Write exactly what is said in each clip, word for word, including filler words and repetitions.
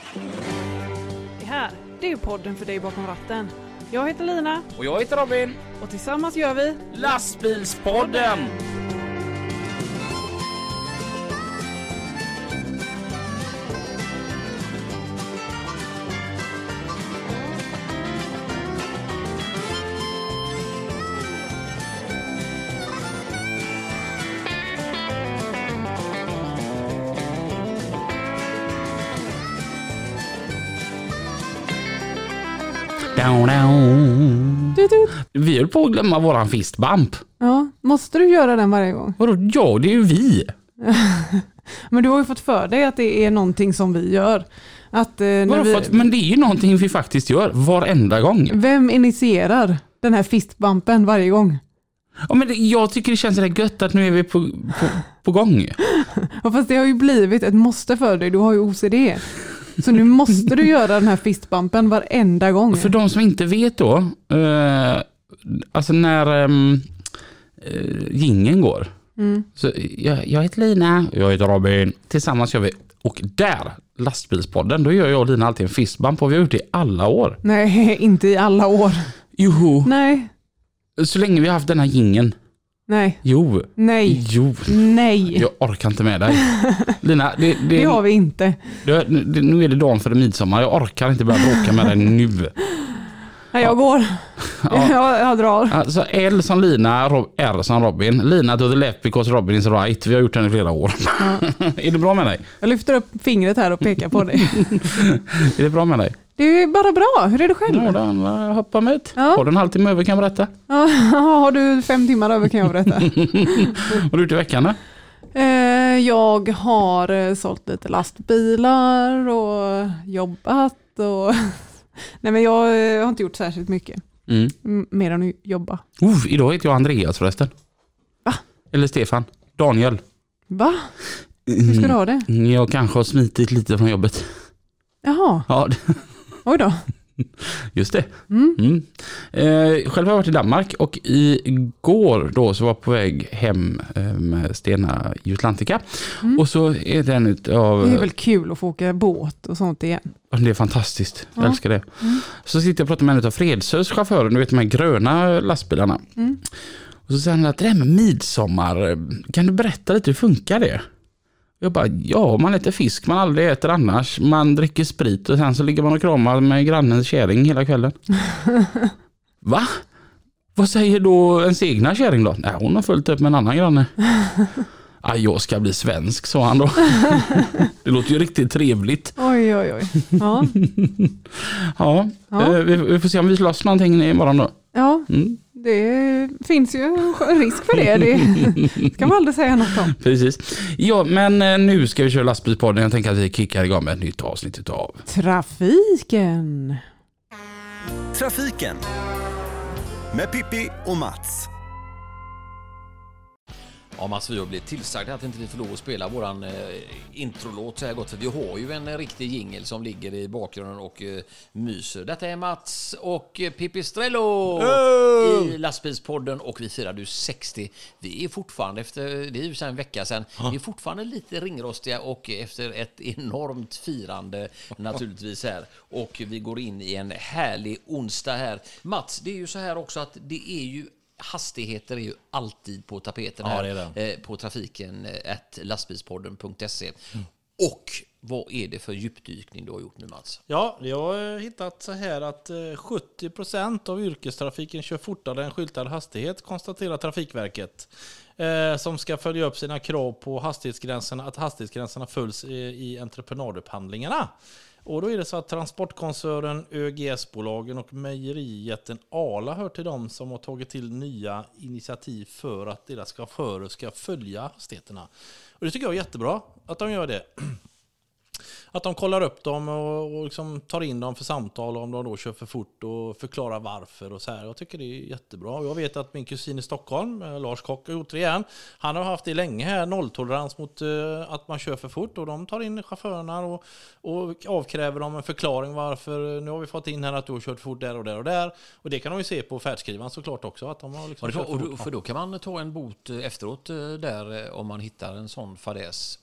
Det här, det är podden för dig bakom ratten. Jag heter Lina. Och jag heter Robin. Och tillsammans gör vi Lastbilspodden! Down, down. Du, du. Vi höll på att glömma våran fistbump. Ja, måste du göra den varje gång? Vadå? Ja, det är ju vi. Men du har ju fått för dig att det är någonting som vi gör. Att, eh, när vi... fått, men det är ju någonting vi faktiskt gör varenda gång. Vem initierar den här fistbumpen varje gång? Ja, men det, jag tycker det känns rätt gött att nu är vi på, på, på gång. Ja, fast det har ju blivit ett måste för dig. Du har ju O C D. Så nu måste du göra den här fistbumpen varenda gång. För de som inte vet då, eh, alltså när eh, gingen går. Mm. Så jag, jag heter Lina, jag heter Robin. Tillsammans gör vi, och där, lastbilspodden, då gör jag och Lina alltid en fistbump och vi har gjort det i alla år. Nej, inte i alla år. Jo. Nej. Så länge vi har haft den här gingen. Nej. Jo. Nej. Jo. Nej. Jag orkar inte med dig. Lina, det, det, det har vi inte. Det, det, nu är det dagen för midsommar. Jag orkar inte börja bråka med dig nu. Nej, jag går. Ja. Jag, jag drar. Alltså L som Lina, R som Robin. Lina to the left because Robin is right. Vi har gjort den i flera år. Ja. Är det bra med dig? Jag lyfter upp fingret här och pekar på dig. Är det bra med dig? Det är bara bra. Hur är det själv? Ja, den hoppar med ut. Ja. Har du en halvtimme över kan jag berätta. Ja, har du fem timmar över kan jag berätta. Vad har du gjort i veckan då? Jag har sålt lite lastbilar och jobbat. Och... Nej, men jag har inte gjort särskilt mycket. Mm. Mer än att jobba. Uh, idag heter jag Andreas förresten. Va? Eller Stefan. Daniel. Va? Hur ska du ha det? Jag kanske har smitit lite från jobbet. Jaha. Ja. Oj då. Just det. Mm. Mm. Eh, själv har jag varit i Danmark och igår då så var jag på väg hem eh, med Stena Jutlantica. Mm. Och så är det en utav... Det är väl kul att få åka båt och sånt igen. Det är fantastiskt. Jag ja. älskar det. Mm. Så sitter jag och pratar med en av Fredshös chaufförer, du vet de här gröna lastbilarna. Mm. Och så säger han att det här med midsommar, kan du berätta lite hur funkar det? Jag bara, ja, man äter fisk man aldrig äter annars. Man dricker sprit och sen så ligger man och kramar med grannens kärring hela kvällen. Va? Vad säger då ens egna kärring då? Nej, hon har följt upp med en annan granne. Ah, jag ska bli svensk, sa han då. Det låter ju riktigt trevligt. Oj, oj, oj. Ja, ja, ja. Eh, vi, vi får se om vi slåss någonting imorgon då. Ja, mm. Det finns ju en risk för det. Det kan man aldrig säga något om. Precis. Ja, men nu ska vi köra lastbilspodden. Jag tänker att vi kickar igång med ett nytt avsnitt av Trafiken. Trafiken. Med Pippi och Mats. Ja, Mats, vi har blivit tillsagda att inte vi får lov att spela våran eh, introlåt så här gott. För vi har ju en riktig jingle som ligger i bakgrunden och eh, myser. Detta är Mats och eh, Pipistrello oh! i lastbilspodden och vi firar du sextio. Vi är fortfarande efter, det är ju sedan en vecka sedan, ah. vi är fortfarande lite ringrostiga och efter ett enormt firande naturligtvis här. Och vi går in i en härlig onsdag här. Mats, det är ju så här också att det är ju hastigheter är ju alltid på tapeten här ja, det det. på trafiken at lastbilspodden punkt se. Mm. Och vad är det för djupdykning du har gjort nu, Mats? Ja, jag har hittat så här att sjuttio procent av yrkestrafiken kör fortare än skyltad hastighet, konstaterar Trafikverket. Eh, som ska följa upp sina krav på hastighetsgränserna, att hastighetsgränserna följs i, i entreprenadupphandlingarna. Och då är det så att transportkoncernen, ÖGS-bolagen och mejerijätten Arla hör till dem som har tagit till nya initiativ för att deras chaufförer ska följa hastigheterna. Och det tycker jag är jättebra att de gör det. Att de kollar upp dem och, och liksom tar in dem för samtal om de då kör för fort och förklarar varför och så här. Jag tycker det är jättebra. Och jag vet att min kusin i Stockholm, Lars Kock, har gjort det igen. Han har haft det länge här, nolltolerans mot uh, att man kör för fort. Och de tar in chaufförerna och, och avkräver dem en förklaring varför nu har vi fått in här att du har kört fort där och där och där. Och det kan de ju se på färdskrivaren såklart också. Att de har liksom och, och, och för då kan man ta en bot efteråt där om man hittar en sån fadäs.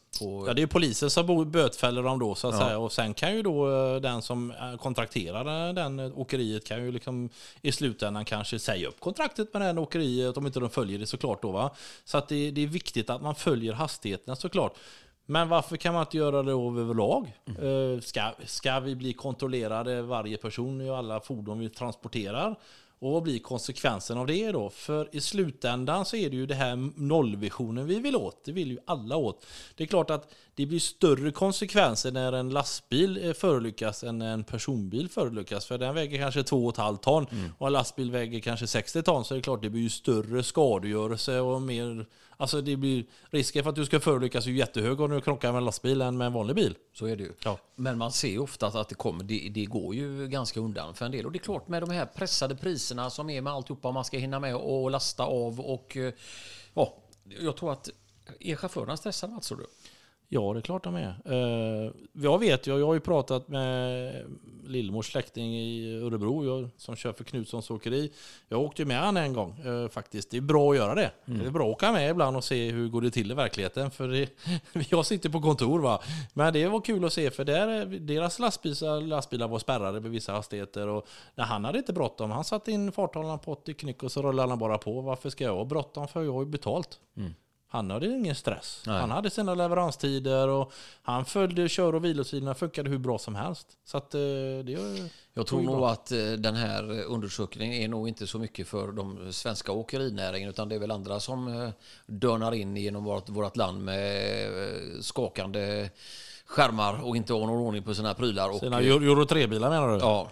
På... Ja, det är polisen som bötfäller dem då så att ja. säga. Och sen kan ju då den som kontrakterar den åkeriet kan ju liksom i slutändan kanske säga upp kontraktet med den åkeriet om inte de följer det såklart då va. Så att det, det är viktigt att man följer hastigheterna såklart. Men varför kan man inte göra det överlag? Mm. Ska, ska vi bli kontrollerade varje person i alla fordon vi transporterar? Och vad blir konsekvensen av det då? För i slutändan så är det ju det här nollvisionen vi vill åt. Det vill ju alla åt. Det är klart att det blir större konsekvenser när en lastbil förolyckas än en personbil förolyckas. För den väger kanske två och ett halvt ton mm. och en lastbil väger kanske sextio ton. Så är det klart det blir ju större skadegörelse och mer... Alltså det blir risken för att du ska förolyckas är ju jättehög om du krockar med en lastbil än med en vanlig bil. Så är det ju. Ja. Men man ser ju ofta att det kommer, det, det går ju ganska undan för en del. Och det är klart med de här pressade priserna som är med alltihopa man ska hinna med och lasta av. Och ja, jag tror att är chaufförerna stressade alltså du? Ja, det är klart de är. Uh, jag vet ju, jag har ju pratat med Lillemors släkting i Örebro jag, som kör för Knutssons åkeri. Jag åkte ju med han en gång uh, faktiskt. Det är bra att göra det. Mm. Det är bra att åka med ibland och se hur går det till i verkligheten. För det, jag sitter på kontor va. Men det var kul att se för där, deras lastbilar, lastbilar var spärrade med vissa hastigheter. Och när han hade inte bråttom. Han satte in farthållaren på åttio knyck och så rullade han bara på. Varför ska jag ha bråttom? För jag har ju betalt. Mm. Han hade ingen stress. Nej. Han hade sina leveranstider och han följde kör- och vilotiderna funkade hur bra som helst. Så att det Jag tror nog att den här undersökningen är nog inte så mycket för de svenska åkerinäringen utan det är väl andra som dörnar in genom vårt, vårt land med skakande skärmar och inte har någon ordning på sina prylar. Och, sina Euro tre-bilar menar du? Ja.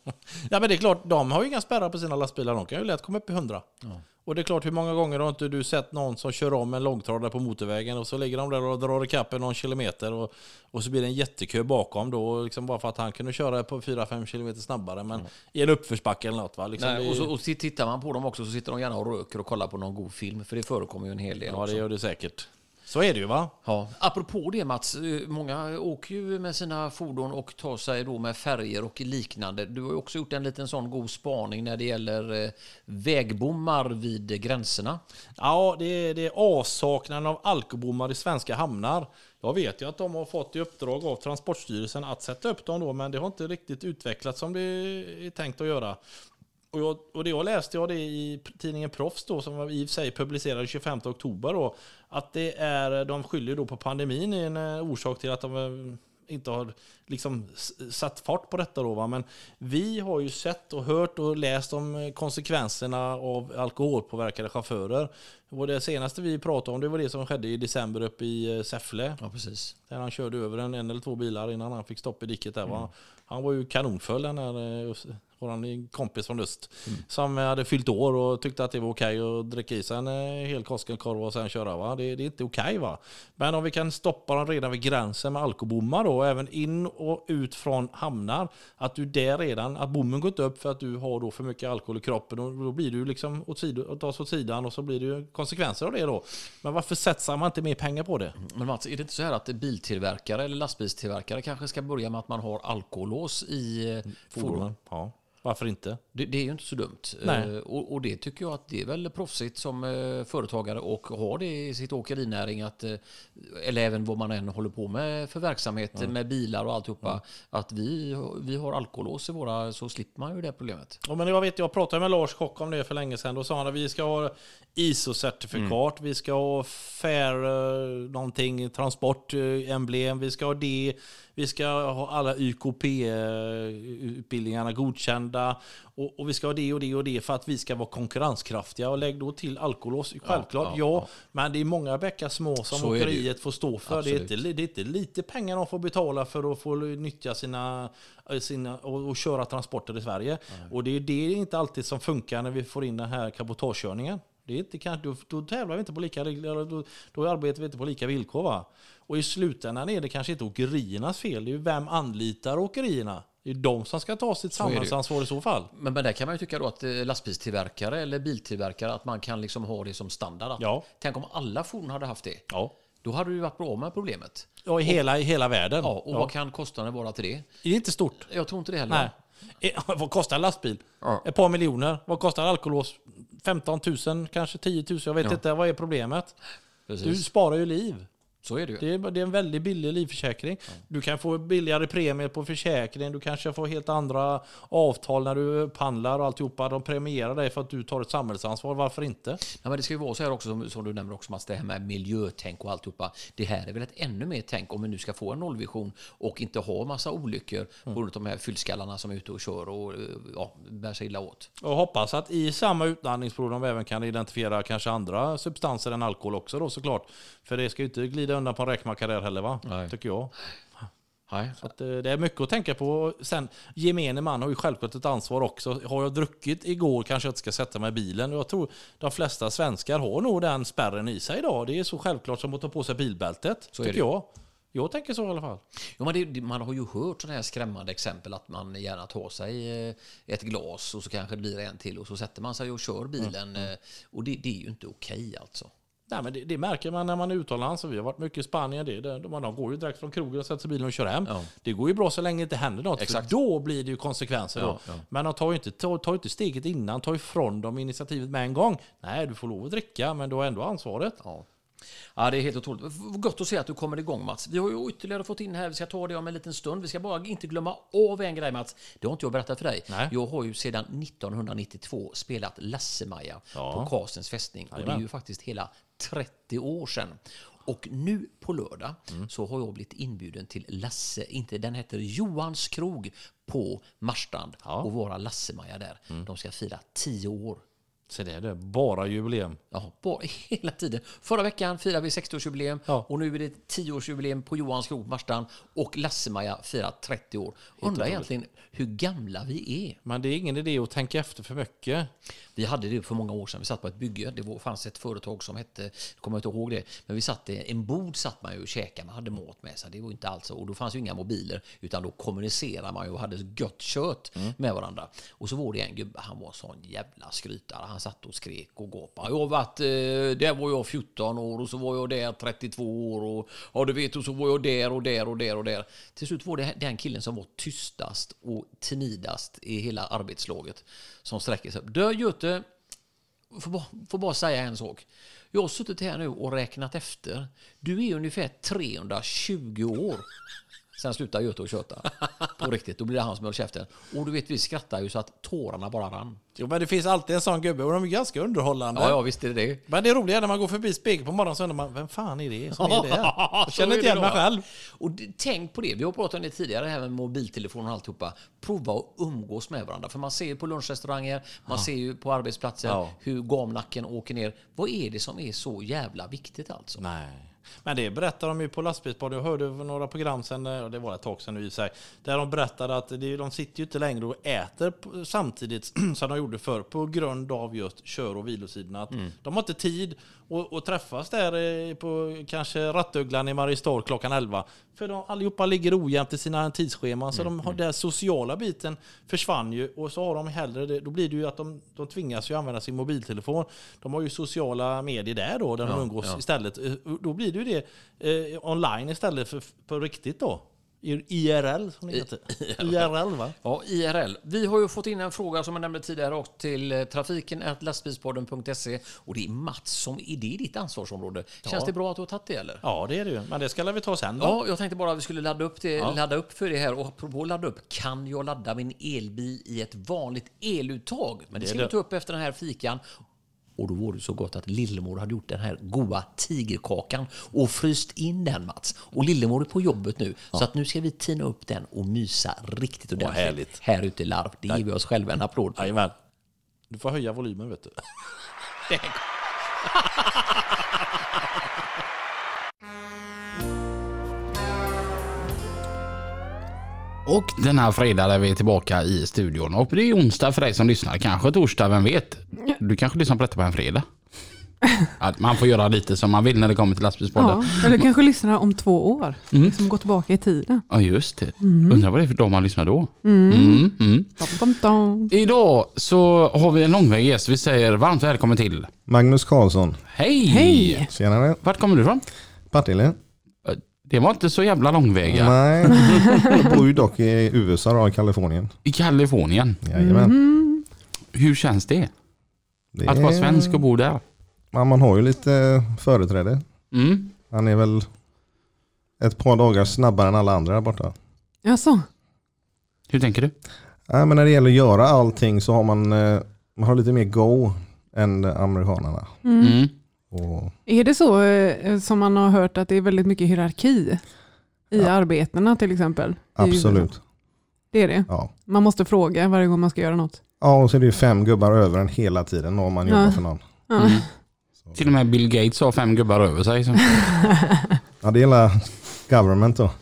Ja men det är klart, de har ju inga spärrar på sina lastbilar. De kan ju lätt komma upp i hundra. Ja. Och det är klart, hur många gånger har inte du sett någon som kör om en långtradare på motorvägen och så ligger de där och drar i kappen någon kilometer och, och så blir det en jättekö bakom då liksom bara för att han kunde köra på fyra fem kilometer snabbare men mm. i en uppförsbacke eller något va? Liksom Nej, det... och, så, och tittar man på dem också så sitter de gärna och röker och kollar på någon god film för det förekommer ju en hel del. Ja också. Det gör det säkert. Så är det ju va? Ja. Apropå det Mats, många åker ju med sina fordon och tar sig då med färger och liknande. Du har ju också gjort en liten sån god spaning när det gäller vägbommar vid gränserna. Ja, det är, det är avsaknaden av alkobommar i svenska hamnar. Jag vet ju att de har fått i uppdrag av Transportstyrelsen att sätta upp dem då, men det har inte riktigt utvecklats som det är tänkt att göra. Och, jag, och det jag läste jag det i tidningen Proffs då, som i och för sig publicerade tjugofemte oktober då, att det är, de skyller då på pandemin i en orsak till att de inte har liksom satt fart på detta då va? Men vi har ju sett och hört och läst om konsekvenserna av alkoholpåverkade chaufförer. Och det senaste vi pratade om det var det som skedde i december uppe i Säffle. Ja, precis. Där han körde över en, en eller två bilar innan han fick stopp i diket där va? Mm. Han var ju kanonfull den här vår kompis från Öst mm. som hade fyllt år och tyckte att det var okej att dricka i sig en hel Koskenkorv och sen köra va. Det, det är inte okej va. Men om vi kan stoppa dem redan vid gränsen med alkobommar då, även in och ut från hamnar, att du där redan, att bommen gått upp för att du har då för mycket alkohol i kroppen och då blir du liksom åt sidan, tas åt sidan och så blir det ju konsekvenser av det då. Men varför sätter man inte mer pengar på det? Men Mats, är det inte så här att biltillverkare eller lastbilstillverkare kanske ska börja med att man har alkolås i fordonen? Ja. Varför inte? Det, det är ju inte så dumt. Uh, och, och det tycker jag att det är väl proffsigt som uh, företagare och har det i sitt åkerinäring att, uh, eller även vad man än håller på med för verksamhet mm. med bilar och alltihopa, mm. att vi, vi har alkolås i våra, så slipper man ju det problemet. Ja, men jag vet, jag pratade med Lars Kock om det för länge sedan. Då sa han att vi ska ha I S O-certifikat, mm. vi ska ha fair uh, någonting, transportemblem, vi ska ha det. Vi ska ha alla Y K P-utbildningarna godkända och, och vi ska ha det och det och det för att vi ska vara konkurrenskraftiga. Och lägg då till alkolås, självklart, ja, ja, ja. Men det är många bäckar små som så åkeriet får stå för. Det är, inte, det är inte lite pengar de får betala för att få nyttja sina, sina och, och köra transporter i Sverige. Mm. Och det är det inte alltid som funkar när vi får in den här cabotagekörningen. Det är inte, då, då tävlar vi inte på lika då, då arbetar vi inte på lika villkor va. Och i slutändan är det kanske inte åkeriernas fel. Det är ju vem anlitar åkerierna. Det är de som ska ta sitt samhällsansvar i så fall. Men, men där kan man ju tycka då att lastbilstillverkare eller biltillverkare att man kan liksom ha det som standard. Ja. Tänk om alla fordon hade haft det. Ja. Då hade det ju varit bra med problemet. Ja, i hela, och, i hela världen. Ja, och ja. Vad kan kostnaden vara till det? Det är inte stort. Jag tror inte det heller. Nej. Vad kostar en lastbil? Ja. Ett par miljoner. Vad kostar alkolås? femton tusen, kanske tio tusen. Jag vet ja. inte, vad är problemet? Precis. Du sparar ju liv. Så är det ju. Det är, det är en väldigt billig livförsäkring. Ja. Du kan få billigare premier på försäkring. Du kanske får helt andra avtal när du upphandlar och alltihopa. De premierar dig för att du tar ett samhällsansvar. Varför inte? Ja, men det ska ju vara så här också som, som du nämner också, Mats, det här med miljötänk och alltihopa. Det här är väl ett ännu mer tänk om vi nu ska få en nollvision och inte ha massa olyckor mm. på grund av de här fyllskallarna som är ute och kör och ja, bär sig illa åt. Och hoppas att i samma utandningsprov de även kan identifiera kanske andra substanser än alkohol också då såklart. För det ska ju inte glida undan på en räkmacka där heller, va? Nej. Tycker jag. Nej. Så att, det är mycket att tänka på. Sen, gemene man har ju självklart ett ansvar också. Har jag druckit igår kanske jag inte ska sätta mig i bilen. Jag tror de flesta svenskar har nog den spärren i sig idag. Det är så självklart som att ta på sig bilbältet, så tycker jag. Jag tänker så i alla fall. Ja, men det, man har ju hört sådana här skrämmande exempel att man gärna tar sig ett glas och så kanske det blir en till och så sätter man sig och kör bilen. Mm. Mm. Och det, det är ju inte okej alltså. Nej, men det, det märker man när man är utomlands. Vi har varit mycket i Spanien. Det, det, man går ju direkt från krogen och sätter sig i bilen och kör hem. Ja. Det går ju bra så länge det inte händer något. Exakt. För då blir det ju konsekvenser. Ja, då. Ja. Men de tar ju inte, tar, tar inte steget innan. Tar ifrån dem initiativet med en gång. Nej, du får lov att dricka, men du har ändå ansvaret. Ja. Ja, det är helt otroligt. Gott att se att du kommer igång, Mats. Vi har ju ytterligare fått in här, vi ska ta det om en liten stund. Vi ska bara inte glömma av en grej, Mats. Det har inte jag berättat för dig. Nej. Jag har ju sedan nittonhundranittiotvå spelat Lasse-Maja ja. på Karlsens fästning. Och det är ju faktiskt hela trettio år sedan. Och nu på lördag mm. så har jag blivit inbjuden till Lasse, inte den heter Johans krog på Marstrand ja. och vara Lasse-Maja där. Mm. De ska fira tio år. Så det är det, bara jubileum. Ja, bara hela tiden. Förra veckan firade vi sextioårsjubileum ja. och nu är det tioårsjubileum på Johans krog på Marstrand och Lasse-Maja firar trettio år. Undrar egentligen hur gamla vi är. Men det är ingen idé att tänka efter för mycket. Vi hade det för många år sedan. Vi satt på ett bygge. Det var, fanns ett företag som hette, jag kommer inte ihåg det, men vi satt en bord satt man ju och käkade. Man hade mat med sig. Det var inte alls så. Och då fanns ju inga mobiler, utan då kommunicerade man ju och hade gött kött mm. med varandra. Och så var det en gubbe, han var sån jävla skrytare. Han satt och skrek och gapade. Jag har varit, där var jag fjorton år och så var jag där trettiotvå år och ja, du vet, och så var jag där och där och där och där. Till slut var det den killen som var tystast och timidast i hela arbetslaget som sträcker sig. Dö Göte, får bara, får bara säga en sak. Jag har suttit här nu och räknat efter. Du är ungefär trehundratjugo år. Sen slutar Göte och köta. På riktigt, då blir det han som håller käften. Och du vet, vi skrattar ju så att tårarna bara rann. Jo, men det finns alltid en sån gubbe och de är ganska underhållande. Ja, ja visst är det det. Men det är roligt när man går förbi spegel på morgonen så undrar man, vem fan är det som är det? Jag känner inte igen mig själv. Och tänk på det, vi har pratat om det tidigare här med mobiltelefon och alltihopa. Prova att umgås med varandra. För man ser ju på lunchrestauranger, man ja. ser ju på arbetsplatser ja. hur gamnacken åker ner. Vad är det som är så jävla viktigt alltså? Nej. Men det berättar de ju på lastbilspodden. Jag hörde några program sen, och det var ett tag sedan nu i sig, där de berättade att det, de sitter ju inte längre och äter samtidigt som de gjorde förr på grund av just kör- och vilosidorna. Att mm. de har inte tid att, att träffas där på kanske Rattöglan i Mariestad klockan elva. För de allihopa ligger ojämnt i sina tidsscheman. Så mm. de har den sociala biten försvann ju. Och så har de hellre, då blir det ju att de, de tvingas ju använda sin mobiltelefon. De har ju sociala medier där då, där ja, de umgås ja. istället. Då blir det ju det eh, online istället för på riktigt då. I R L som det heter. I R L va? Ja, I R L. Vi har ju fått in en fråga som jag nämnde tidigare också till trafiken at lastbilspodden punkt se och det är Mats som är det ditt ansvarsområde. Känns ja. det bra att du har tagit det eller? Ja, det är det ju. Men det ska vi ta sen då. Ja, jag tänkte bara att vi skulle ladda upp, det, ja. ladda upp för det här. Och apropå ladda upp, kan jag ladda min elbil i ett vanligt eluttag? Men det ska vi ta upp efter den här fikan. Och då var det så gott att Lillemor hade gjort den här goda tigerkakan och fryst in den, Mats. Och Lillemor är på jobbet nu. Ja. Så att nu ska vi tina upp den och mysa riktigt ordentligt här ute i Larv. Det ger vi oss själva en applåd. Jajamän. Du får höja volymen, vet du. Och den här fredag är vi tillbaka i studion. Och det är onsdag för dig som lyssnar. Kanske torsdag, vem vet? Du kanske lyssnar på detta på en fredag. Att man får göra lite som man vill när det kommer till lastbilspodden. Ja, eller kanske lyssna om två år. Mm. Som går tillbaka i tiden. Ja, just det. Mm. Undrar vad det är för dag man lyssnar då. Mm. Mm. Mm. Dom, dom, dom. Idag så har vi en långväg gäst. Vi säger varmt välkommen till Magnus Karlsson. Hej! Hej! Tjenare. Vart kommer du ifrån? Partille. Det var inte så jävla långväga. Nej, jag bor ju dock i U S A då, i Kalifornien. I Kalifornien? Jajamän. Mm. Hur känns det? det? Att vara svensk och bo där? Ja, man har ju lite företräde. Mm. Han är väl ett par dagar snabbare än alla andra där borta. Jaså? Hur tänker du? Ja, men när det gäller att göra allting så har man, eh, man har lite mer go än amerikanerna. Mm. Mm. Och, Är det så eh, som man har hört att det är väldigt mycket hierarki i Ja. arbetena till exempel? I- absolut. Det är det. Ja. Man måste fråga varje gång man ska göra något. ja, och så är det ju fem gubbar över en hela tiden om man jobbar Ja. för någon. Ja. Mm. Till och med Bill Gates har fem gubbar över sig. Så. Ja, det gäller government då.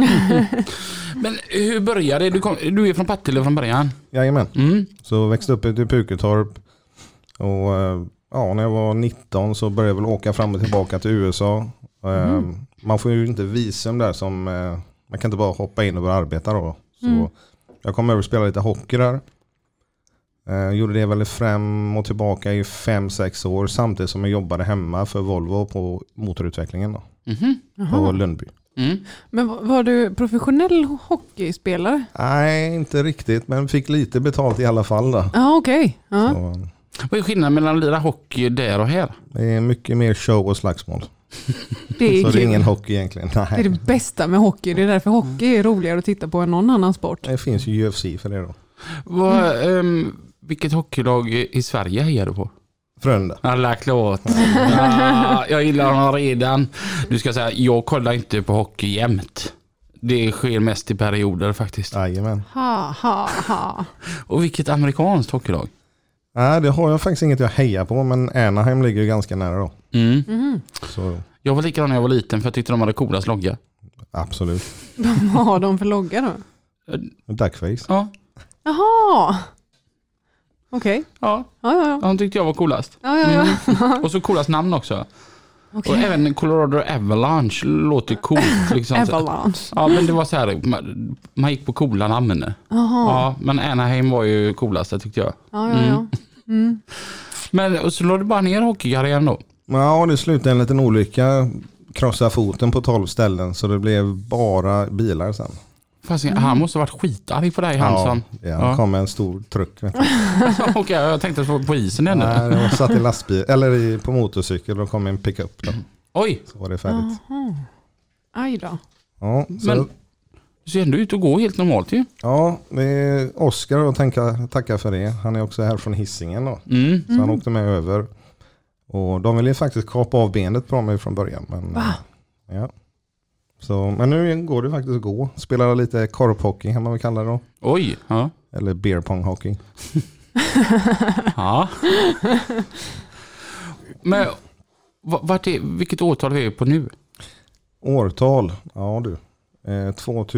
Men hur började det? Du, kom, du är från Partille från början. Jajamän. Mm. Så växte upp i Puketorp. Och eh, ja, när jag var nitton så började jag väl åka fram och tillbaka till U S A. Eh, Man får ju inte visum där som... Eh, man kan inte bara hoppa in och börja arbeta då. Så Mm. jag kom över och spelade lite hockey där. Eh, gjorde det väl fram och tillbaka i fem sex år samtidigt som jag jobbade hemma för Volvo på motorutvecklingen då, Mhm. på Jaha. Lundby. Mm. Men var- var du professionell hockeyspelare? Nej, inte riktigt, men fick lite betalt i alla fall då. Ja, okej. Ja. Så Vad är skillnaden mellan att lira hockey där och här? det är mycket mer show och slagsmål. Det är, Så det är kul. ingen hockey egentligen. Det är Nej. det bästa med hockey. Det är därför hockey är roligare att titta på än någon annan sport. Det finns ju U F C för det då. Vad, ehm, vilket hockeylag i Sverige hejar du på? Frölunda. Alla klart. Ja, jag gillar honom redan. Du ska säga, jag kollar inte på hockey jämt. Det sker mest i perioder faktiskt. Jajamän. Ha, ha, ha. Och vilket amerikanskt hockeylag? Nej, det har jag faktiskt inget jag hejar på, men Anaheim ligger ju ganska nära då. Mm. Mhm. Så Jag var likadan när jag var liten för jag tyckte de hade coolast logga. absolut. Vad har de för logga då? Duckface. Ja, Jaha! Okej. ja, Ja, ja, ja. de tyckte jag var coolast. ja, ja, ja. Och så coolast namn också. Okej. Och även Colorado Avalanche låter coolt. Liksom. Avalanche. Ja, men det var så här, man, man gick på coola namn. Jaha. Ja, men Anaheim var ju coolast, tyckte jag. Ja, ja, ja. Mm. Men och så låg det bara ner hockeykarriären då. Ja, det slutade en liten olycka. Krossade foten på tolv ställen så det blev bara bilar sen. Fast han måste ha varit skitarg på dig, han Ja, som... ja, Ja. det kom en stor truck. Vet du. Okej, jag tänkte att det var på isen ännu. Nej, jag satt i lastbil, eller i, på motorcykel och kom en pickup då. Oj, Så var det färdigt. Jaha. Aj då. Ja, så, Men- du ser ändå ut att gå helt normalt ju. ja, det är Oskar och tänka, tacka för det. Han är också här från Hisingen då. Mm. Så han åkte med över. Och de ville faktiskt kapa av benet på mig från början. Men, Va? ja. Så, men nu går det faktiskt att gå. Spelar lite korphockey kan man väl kalla det då. Oj, ja. Eller beer pong hockey. ja. Men va- vart är, vilket årtal är vi på nu? Årtal, ja du. Eh,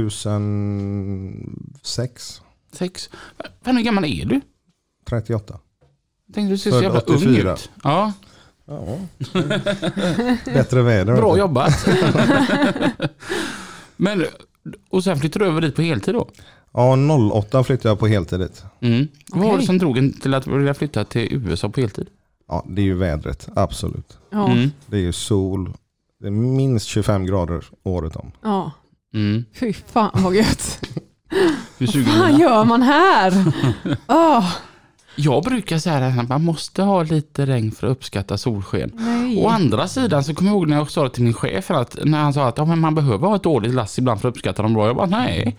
tvåtusensex, Sex? Fan, hur gammal är du? trettioåtta. Jag tänkte du ser så Född jävla ung åttiofyra. ut. Ja, Ja. Bättre väder. bra vet du. jobbat. Men, och sen flyttade du över dit på heltid då? Ja, noll åtta flyttade jag på heltid dit. Mm. Vad var det Okej. som drog en till att vilja flytta till U S A på heltid? Ja, det är ju vädret, absolut. Ja. Mm. Det är ju sol. Det är minst tjugofem grader året om. Ja. Mm. Fy fan vad gött. Hur Vad sugen fan är du? gör man här? Åh, Jag brukar säga att man måste ha lite regn för att uppskatta solsken. nej. Å andra sidan så kommer jag ihåg när jag sa det till min chef att när han sa att ja, men man behöver ha ett dåligt lass ibland för att uppskatta dem bra. Jag bara nej.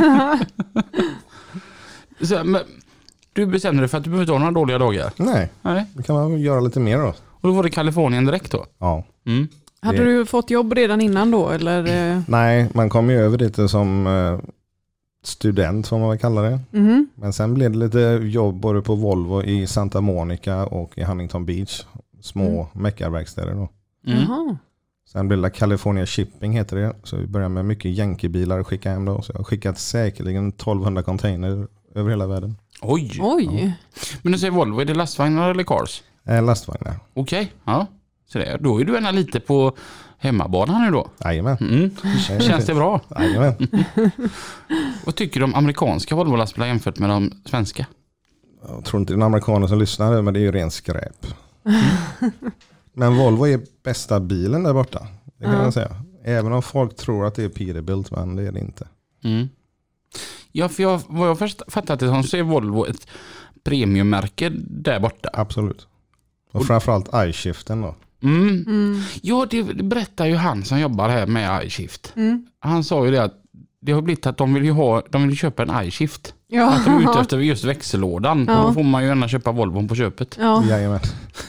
så, men, du bestämde dig för att du behöver inte ha några dåliga dagar. Nej, Nej. det kan man göra lite mer då. Och då var det Kalifornien direkt då. Ja. Mm. Hade du fått jobb redan innan då? Eller? eh? Nej, man kom ju över dit som eh, student får man väl kalla det. Mhm. Men sen blev det lite jobb både på Volvo i Santa Monica och i Huntington Beach. Små Mm. meckarverkstäder då. Mm. Jaha. Sen blev det California Shipping heter det. Så vi började med mycket Yankee-bilar och skicka hem då. Så jag har skickat säkerligen tolvhundra container över hela världen. Oj. Oj. Men du säger Volvo, är det lastvagnar eller cars? Eh, lastvagnar. Okej, ja. Så det, då är du ena lite på hemmabanan nu då. Jajamän. Mm. Känns det bra? Jajamän. Vad tycker du om amerikanska Volvo-lastbilar jämfört med de svenska? Jag tror inte det är en amerikaner som lyssnar, men det är ju ren skräp. Men Volvo är bästa bilen där borta. Det kan Ja. jag säga. Även om folk tror att det är Peterbilt, men det är det inte. Mm. Ja, för jag, vad jag först fattat det så är Volvo ett premiummärke där borta. Absolut. Och framförallt iShiften då. Mm. Mm. Ja, det, det berättar ju han som jobbar här med iShift. Mm. Han sa ju det att det har blivit att de vill ju ha, de vill köpa en iShift. Ja. Att de är ute efter just växellådan. Ja. Och då får man ju gärna köpa Volvo på köpet. Ja. Jajamän.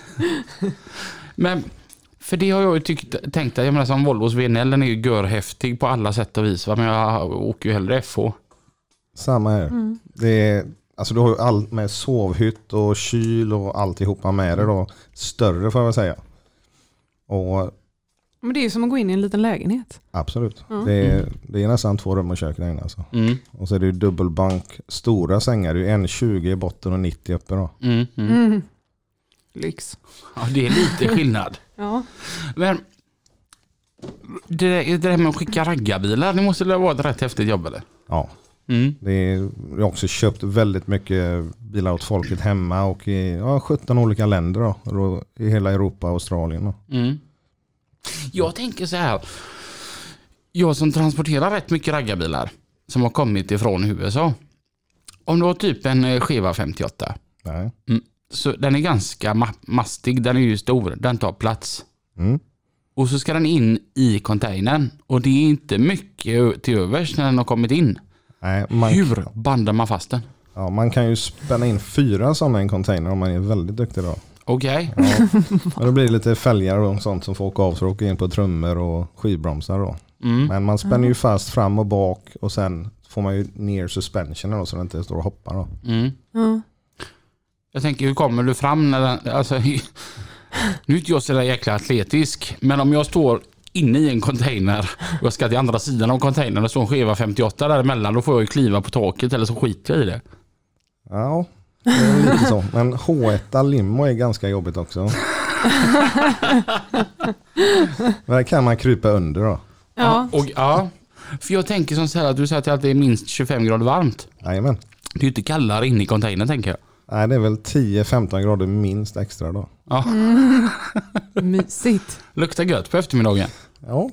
Men för det har jag ju tyckt, tänkt att jag menar som Volvos V N L, den är ju görhäftig på alla sätt och vis. Va? Men jag åker ju hellre F H. Samma här. Mm. Det är, alltså du har ju allt med sovhytt och kyl och alltihopa med det då. Större får jag väl säga. Och Men det är ju som att gå in i en liten lägenhet. absolut. Ja. Det, är, det är nästan två rum och kök där inne alltså. Mm. Och så är det ju dubbelbank, stora sängar. Det är ju en tjugo i botten och nittio uppe då. Mm. Mm. Mm. Lyx. Ja, det är lite skillnad. Ja. Men det, det där med att skicka raggarbilar, det måste vara ett rätt häftigt jobb eller? Ja. Mm. Det är, jag har också köpt väldigt mycket bilar åt folket hemma och i ja, sjutton olika länder då, då, i hela Europa och Australien. Då. Mm. Jag tänker så här. Jag som transporterar rätt mycket raggarbilar som har kommit ifrån U S A. Om du har typ en Cheva femtioåtta. Nej. Mm, så den är ganska ma- mastig, den är ju stor, den tar plats. Mm. Och så ska den in i containern och det är inte mycket till övers när den har kommit in. Nej, man, Hur bandar man fast den? ja, man kan ju spänna in fyra sådana i en container om man är väldigt duktig då. Okej. Ja. Men då blir det lite fälgar och sånt som får åka av så åker in på trummor och skivbromsar då. Mm. Men man spänner ju fast fram och bak och sen får man ju ner suspensionen då, så den inte står och hoppar då. Mm. Ja. Jag tänker, hur kommer du fram när den, alltså, nu är inte jag så där jäkla atletisk, men om jag står inne i en container och jag ska till andra sidan av containern och står en Cheva femtioåtta däremellan, då får jag ju kliva på taket eller så skiter jag i det. Ja, det är lite så. Men H ett limo är ganska jobbigt också. Men där kan man krypa under då. Ja. Och, ja, för jag tänker som så här att du säger att det är minst tjugofem grader varmt. Jajamän. Det är ju inte kallare inne i containern, tänker jag. Nej, det är väl tio femton grader minst extra då. Ja. Mysigt. Luktar gött på eftermiddagen. Ja.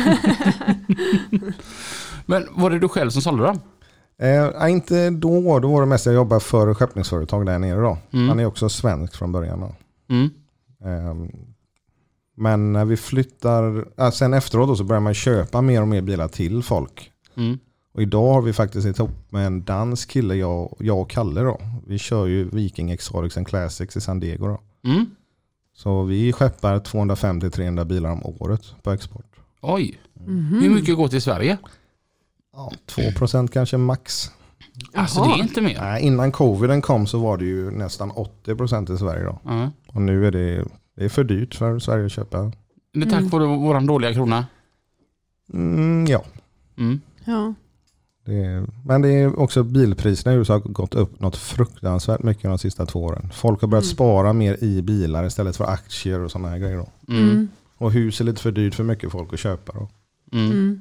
Men var det du själv som sålde dem? Eh, inte då, då var det mest jag jobbade för skeppningsföretag där nere då. Mm. Han är också svensk från början då. Mm. Eh, men när vi flyttar, äh, sen efteråt då så börjar man köpa mer och mer bilar till folk. Mm. Och idag har vi faktiskt ett ihop med en dansk kille, jag, jag och Kalle då. Vi kör ju Viking Exotics and Classics i San Diego då. Mm. Så vi skeppar tvåhundrafemtio till trehundra bilar om året på export. Oj. Mhm. Hur mycket går till Sverige? Ja, två procent kanske max. Alltså Jaha. det är inte mer. Nej, innan coviden kom så var det ju nästan åttio procent i Sverige då. Ja. Och nu är det, det är för dyrt för Sverige att köpa. Det är tack Mm. vare våran dåliga krona. Mm, ja. Mm. Ja. Det är, men det är också bilpriserna i U S A har gått upp något fruktansvärt mycket de sista två åren. Folk har börjat Mm. spara mer i bilar istället för aktier och sådana här grejer då. Mm. Mm. Och hus är lite för dyrt för mycket folk att köpa då. Mm. Mm.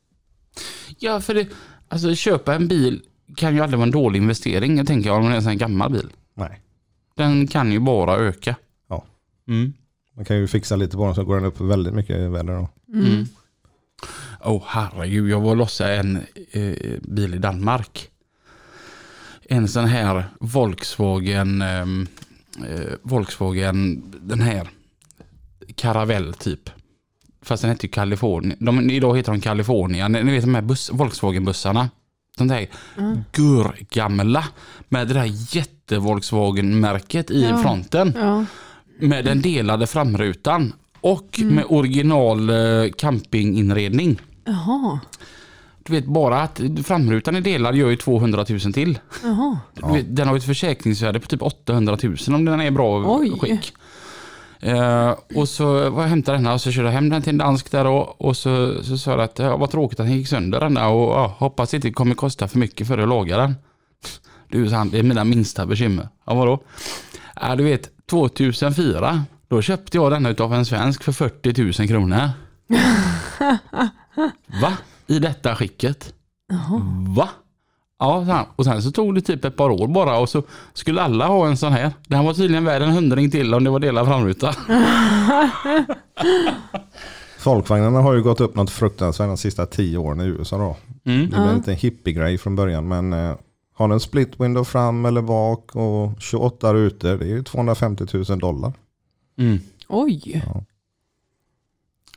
Ja, för det, alltså köpa en bil kan ju aldrig vara en dålig investering. Jag tänker om det är en sån här gammal bil. Nej. Den kan ju bara öka. Ja. Mm. Man kan ju fixa lite på den så går den upp väldigt mycket i värde då. Mm. Mm. Åh herregud, jag var och lossa en eh, bil i Danmark. En sån här Volkswagen ehm, eh, Volkswagen, den här Caravelle typ. Fast den heter ju California. De, idag heter de California. Ni, ni vet de här buss, Volkswagen-bussarna. De där Mm. gurgamla med det där jätte-Volkswagen-märket i Ja. fronten. Ja. Med den delade framrutan. Och Mm. med original eh, campinginredning. Jaha. Du vet bara att framrutan är delad gör ju tvåhundratusen till. Jaha. Du vet, den har ju ett försäkringsvärde på typ åttahundratusen om den är i bra Oj. skick. Eh, och så var jag hämtade den här och så körde jag hem den till en dansk där och, och så, så sa jag att det var tråkigt att den gick sönder den där och ja, hoppas inte det kommer kosta för mycket för att laga den. Du, sa han, det är mina minsta bekymmer. Ja, vadå? Ja, du vet, tvåtusenfyra då köpte jag den utav en svensk för fyrtio tusen kronor. Va? I detta skicket? Jaha. Va? Ja, så här. Och sen så tog det typ ett par år bara och så skulle alla ha en sån här. Den var tydligen värd en hundring till om det var delad framruta. Folkvagnarna har ju gått upp något fruktansvärt de sista tio åren i U S A då. Mm. Det var Ja. inte en hippie-grej från början men eh, har en split window fram eller bak och tjugoåtta rutor, det är ju tvåhundrafemtio tusen dollar. Mm. Oj. Ja.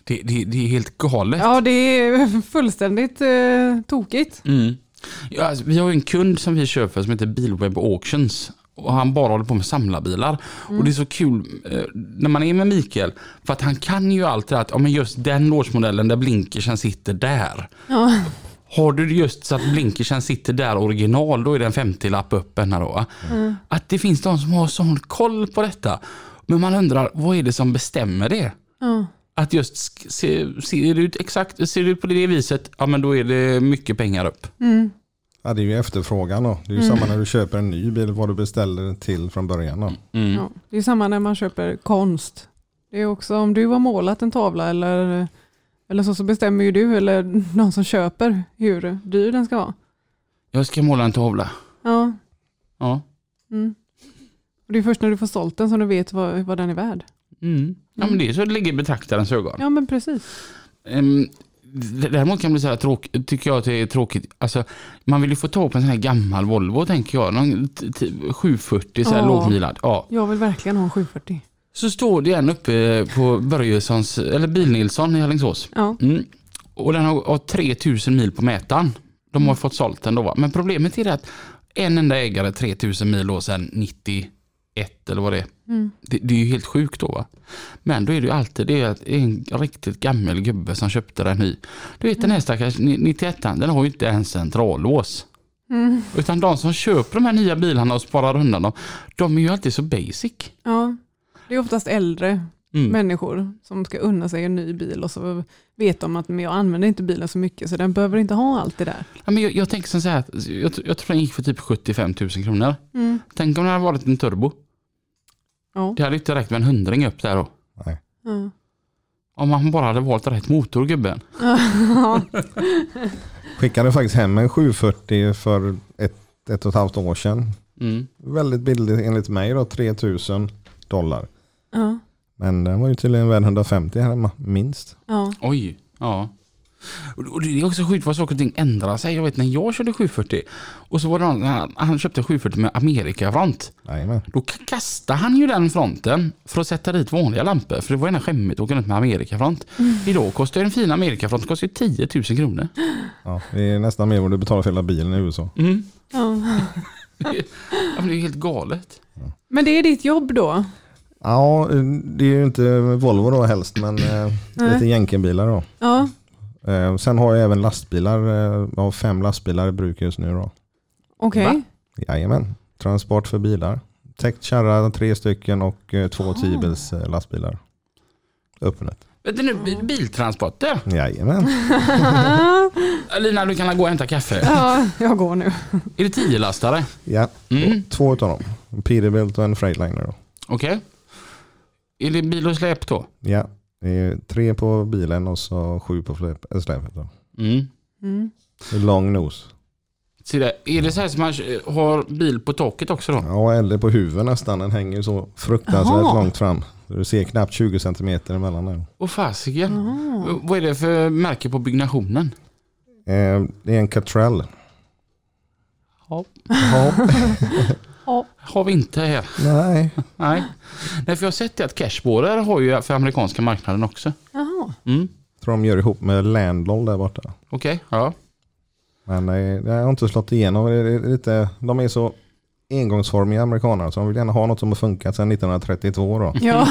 Det, det, det är helt galet. Ja, det är fullständigt eh, tokigt. Mm. Ja, alltså, vi har ju en kund som vi köper som heter Bilweb Auctions. Och han bara håller på med samlarbilar. Mm. Och det är så kul eh, när man är med Mikael. För att han kan ju alltid att ja, men just den låsmodellen där blinkersen sitter där. Ja. Har du just så att blinkersen sitter där original, då är det en femtio-lapp upp ena då. Mm. Att det finns de som har sån koll på detta. Men man undrar, vad är det som bestämmer det? Mm. Att just ser, ser det ut exakt, ser det ut på det viset, ja men då är det mycket pengar upp. Mm. Ja, det är ju efterfrågan då. Det är ju mm. samma när du köper en ny bil, vad du beställer till från början då. Mm. Ja, det är samma när man köper konst. Det är också om du har målat en tavla eller, eller så, så bestämmer ju du eller någon som köper hur dyr den ska vara. Jag ska måla en tavla. Ja. Ja. Mm. Och det är först när du får sålt den som du vet vad, vad den är värd. Mm. Ja, men det är så det ligger i betraktarens ögon. Ja, men precis. Um, däremot kan det bli så här tråkigt, tycker jag att det är tråkigt. Alltså, man vill ju få ta på en sån här gammal Volvo, tänker jag. Någon t- t- sjuhundrafyrtio, så här ja. lågmilad. Ja. Jag vill verkligen ha en sjuhundrafyrtio. Så står det en uppe på Börjessons, eller Bil-Nilsson i Alingsås. Ja. Mm. Och den har, har tre tusen mil på mätaren. De har mm. fått sålt den då. Va? Men problemet är att en enda ägare tre tusen mil och sen nittioett eller vad det är. Mm. Det, det är ju helt sjukt då, va? Men då är det ju alltid det är en riktigt gammal gubbe som köpte den ny. Du vet, den här stackars nittioett, den har ju inte ens centrallås. Mm. Utan de som köper de här nya bilarna och sparar undan dem, de är ju alltid så basic. Ja, det är oftast äldre Mm. människor som ska unna sig en ny bil och så vet de att men jag använder inte bilen så mycket så den behöver inte ha allt det där. Ja, men jag, jag tänker så här, jag, jag tror den gick för typ sjuttiofem tusen kronor. Mm. Tänk om det hade varit en turbo. Ja. Det hade inte räckt med en hundring upp där då. Nej. Ja. Om man bara hade valt rätt motor, gubben. Ja. Skickade faktiskt hem en sjuhundrafyrtio för ett, ett och ett halvt år sedan. Mm. Väldigt billigt enligt mig då, tre tusen dollar. Ja. Men den var ju tydligen värd hundrafemtio här hemma, minst. Ja. Oj, ja. Och det är också sjukt vad saker och ting ändrar sig. Jag vet när jag körde sjuhundrafyrtio och så var det någon, han, han köpte sjuhundrafyrtio med Amerikafront. Jajamän. Då kastade han ju den fronten för att sätta dit vanliga lampor. För det var ena skämmigt att åka ut med Amerikafront. Mm. Idag kostar en fin Amerikafront kostar tio tusen kronor. Ja, det är nästan mer vad du betalar för hela bilen i U S A. Mm. Ja. Ja, men det är helt galet. Ja. Men det är ditt jobb då? Ja, det är ju inte Volvo då helst, men eh, lite jänkenbilar då. Ja. Eh, sen har jag även lastbilar. Eh, jag har fem lastbilar i bruk just nu då. Okej. Okay. Jajamän, transport för bilar. Täckt kärra, tre stycken och eh, två oh. tiobils eh, lastbilar. Öppnet. Vet du nu, biltransporter? Jajamän. Lina, du kan gå och hämta kaffe. Ja, jag går nu. Är det tio lastare? Ja, mm. två utav dem. En Peterbilt och en Freightliner då. Okej. Okay. Är det bil och släp då? Ja, det är tre på bilen och så sju på släp, äh, släpet då. Mm. Mm. Long nose. Så det, är det så här som man har bil på taket också då? Ja, eller på huvudet nästan. Den hänger så fruktansvärt Aha. långt fram. Du ser knappt tjugo centimeter emellan där. Och fasiken. Vad är det för märke på byggnationen? Eh, det är en Catrell. Ja. Ja. Ja. Har vi inte här. Nej. Nej. Nej, för jag har sett det att Cashboarder har ju för amerikanska marknaden också. Jaha. Mm. Tror de gör ihop med Landlol där borta. Okej, okay, ja. Men nej, jag har inte slått igenom. Det är lite, de är så engångsformiga amerikaner så de vill gärna ha något som har funkat sedan nittonhundratrettiotvå då. Ja.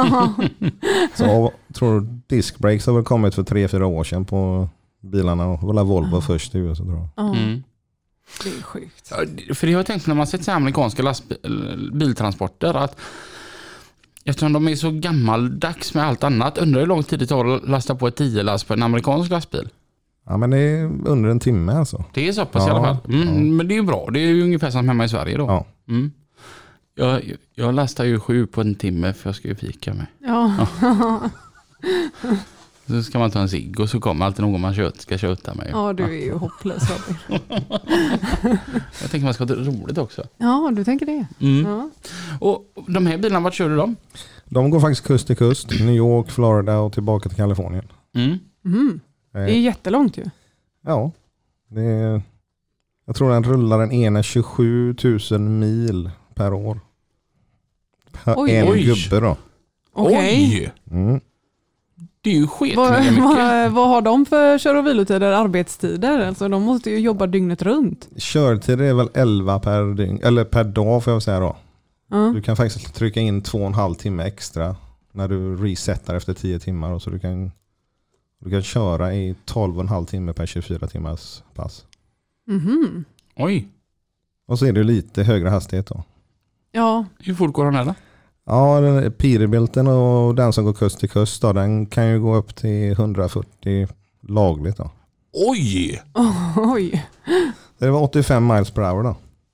Så tror du disc brakes har väl kommit för tre fyra år sedan på bilarna och var Volvo ja. först i U S A tror jag. Mm. Det är sjukt. Ja, för det har jag tänkt när man sett amerikanska lastbil, biltransporter att eftersom de är så gammaldags med allt annat, undrar hur lång tid det tar att lasta på ett tio last på en amerikansk lastbil? Ja, men det är under en timme alltså. Det är så pass ja, i alla fall. Mm, ja. Men det är ju bra. Det är ju ungefär som hemma i Sverige då. Ja. Mm. Jag, jag lastar ju sju på en timme för jag ska ju fika med. Ja. Ja. Så ska man ta en cigg och så kommer alltid någon man kött, ska köta med. Ja, du är ju hopplös, Robin. Jag tänker man ska ha det roligt också. Ja, du tänker det. Mm. Ja. Och de här bilarna, vart kör du dem? De går faktiskt kust till kust. New York, Florida och tillbaka till Kalifornien. Mm. Mm. Det är jättelångt ju. Ja. Det är, jag tror den rullar en ena tjugosju tusen mil per år. Oj. En Oj. gubbe då. Okej. Okay. Mm. Det är ju skit Vad, mycket. vad, vad har de för kör- och vilotider, arbetstider? Alltså de måste ju jobba dygnet runt. Körtid är väl elva per dygn, eller per dag får jag säga då. Ja. Du kan faktiskt trycka in två och en halv timme extra när du resetar efter tio timmar. Och så du kan, du kan köra i tolv och en halv timme per tjugofyra timmars pass. Mhm. Oj, Och så är det lite högre hastighet då. Ja, hur fort går den här då? Ja, den- Peterbilten och den som går kust till kust då, den kan ju gå upp till hundrafyrtio lagligt då. Oj, oj. Det var åttiofem miles per hour då.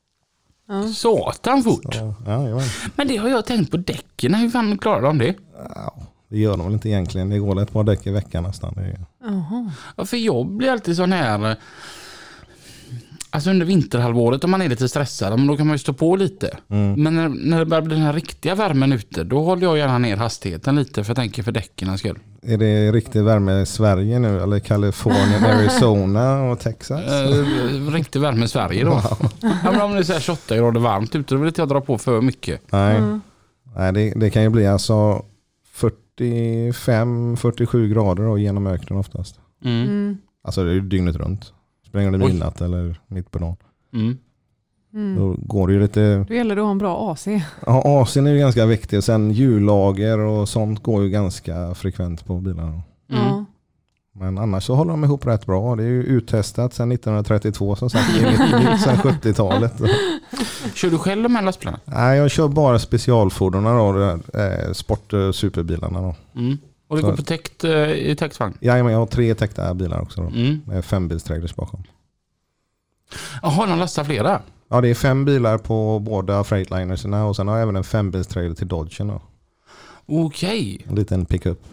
satan fort. Så, ja, ja. Men det har jag tänkt på däcken. Hur fan klarar de det? Ja, det gör de väl inte egentligen. Det går ett par däck i veckan nästan. Det är... Jaha. Ja, för jag blir alltid sån här... Alltså under vinterhalvåret om man är lite stressad, men då kan man ju stå på lite. Mm. Men när, när det börjar bli den här riktiga värmen ute, då håller jag gärna ner hastigheten lite för jag tänker för däcken skull. Är det riktig värme i Sverige nu? Eller Kalifornien, Arizona och Texas? Eh, riktig värme i Sverige då. Ja, men om det är så här tjugoåtta grader varmt ute, då vill inte jag dra på för mycket. Nej, Mm. Nej det, det kan ju bli alltså fyrtiofem fyrtiosju grader då, genom öknen oftast. Mm. Mm. Alltså det är ju dygnet runt. Spelar ingen roll Oj. midnatt eller mitt på dagen. Mm. Mm. Då går det ju lite... Då gäller det att ha en bra A C. Ja, A C:n är ju ganska viktig. Och sen hjullager och sånt går ju ganska frekvent på bilarna. Mm. Ja. Men annars så håller de ihop rätt bra. Det är ju uttestat sedan nittonhundratrettiotvå som sagt. Det är inget nytt sedan sjuttiotalet. Kör du själv de här lastbilarna? Nej, jag kör bara specialfordonen då. det är, eh, Sport- och superbilarna då. Mm. Och det Så- går på täckt, eh, i täcktvagn? Ja, men jag har tre täckta bilar också då. Mm. Med fembilstrailers bakom. Jaha, de lastar flera? Ja, det är fem bilar på båda Freightlinerserna och sen har jag även en fembilstrailer till Dodgen då. Okej. En liten pickup.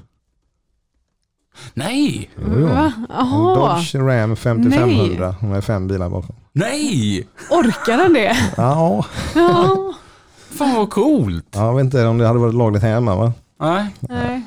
Nej! Jo, jo. Va? En Jaha. Dodge Ram femtiofem hundra med fem bilar bakom. Nej! Orkar den det? Ja, Ja. Fan vad coolt! jag vet inte om det hade varit lagligt hemma va? Nej. Nej.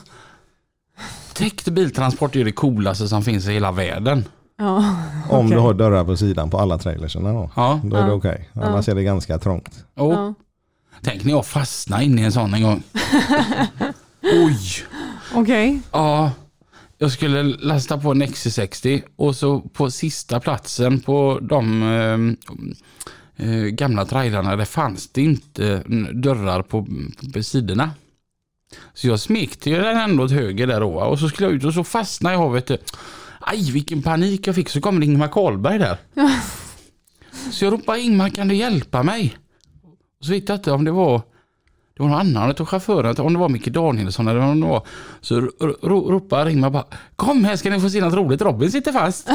Täckt biltransport är det coolaste som finns i hela världen. Ja. Om Okej. du har dörrar på sidan på alla trailerserna då. Ja. Då är det Ja. okej. Annars är det ganska trångt. Oh. Ja. Tänk när jag fastnade in i en sån en gång. Oj! Okej. Ja, jag skulle lasta på en X C sextio och så på sista platsen på de eh, eh, gamla trailarna där fanns det inte dörrar på, på sidorna. Så jag smekte ju den ändå åt höger där då, och så skulle jag ut och så fastnade jag, vet du. Aj, vilken panik jag fick, så kom Ingmar Karlberg där. Så jag ropade, Ingmar, kan du hjälpa mig? Och så vet jag inte om det var det var någon annan av chauffören, om det var Micke Danielsson eller vad det var. Så ro- ro- ropade Ingmar bara, kom här ska ni få se något roligt, Robin sitter fast.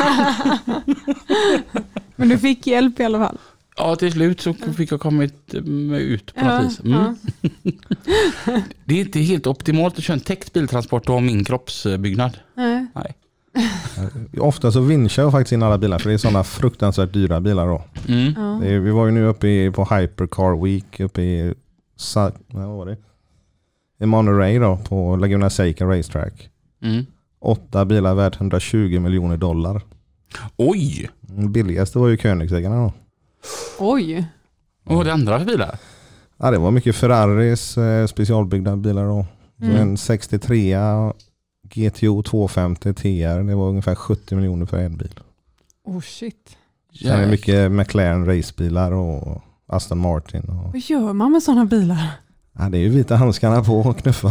Men du fick hjälp i alla fall. Ja, till slut så fick jag kommit mig ut på något Ja, vis. Mm. Det är inte helt optimalt att köra en täckt biltransport och ha min kroppsbyggnad. Nej. Nej. Ofta så vinschar jag faktiskt in alla bilar för det är sådana fruktansvärt dyra bilar då. Mm. Ja. Det är, vi var ju nu uppe i, på Hypercar Week uppe i Sa, nej, vad var det? I Monterey då på Laguna Seca Racetrack. Mm. Åtta bilar värt hundratjugo miljoner dollar. Oj! Den billigaste var ju Koenigseggerne då. Oj. Och vad är det andra för bilar? Ja, det var mycket Ferraris eh, specialbyggda bilar då. Så Mm. en sextiotre G T O tvåhundrafemtio T R, det var ungefär sjuttio miljoner för en bil. Oh shit. Sen är det mycket McLaren racebilar och Aston Martin. Och, Vad gör man med sådana bilar? ja, det är ju vita handskarna på och knuffa.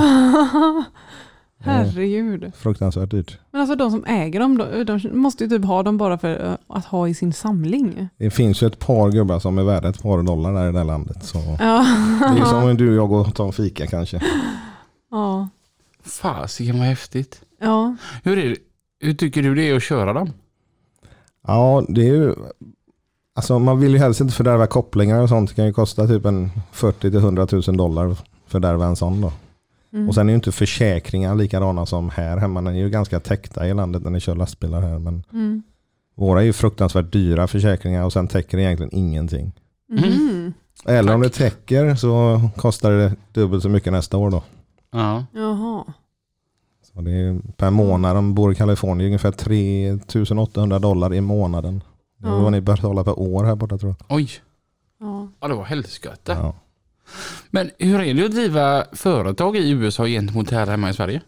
Herregud. Fruktansvärt dyrt. Men alltså de som äger dem, de, de måste ju typ ha dem bara för uh, att ha i sin samling. Det finns ju ett par gubbar som är värda ett par dollar där i det här landet. Så Ja. det är som om du och jag går och tar en fika kanske. Ja. Fasiken vad häftigt. Ja. Hur, är det, hur tycker du det är att köra dem? Ja, det är ju... Alltså man vill ju helst inte fördärva kopplingar och sånt. Det kan ju kosta typ en fyrtio till hundra tusen dollar fördärva en sån då. Mm. Och sen är ju inte försäkringar likadana som här hemma. Den är ju ganska täckta i landet när ni kör lastbilar här. Men Mm. våra är ju fruktansvärt dyra försäkringar och sen täcker det egentligen ingenting. Mm. Eller om Tack. det täcker så kostar det dubbelt så mycket nästa år då. Ja. Jaha. Så det är per månad, om bor i Kalifornien, ungefär tre tusen åttahundra dollar i månaden. Det var Ja. vad ni bör betala per år här borta tror jag. Oj, Ja. ja, det var helskotta. Ja. Men hur är det att driva företag i U S A gentemot här hemma i Sverige?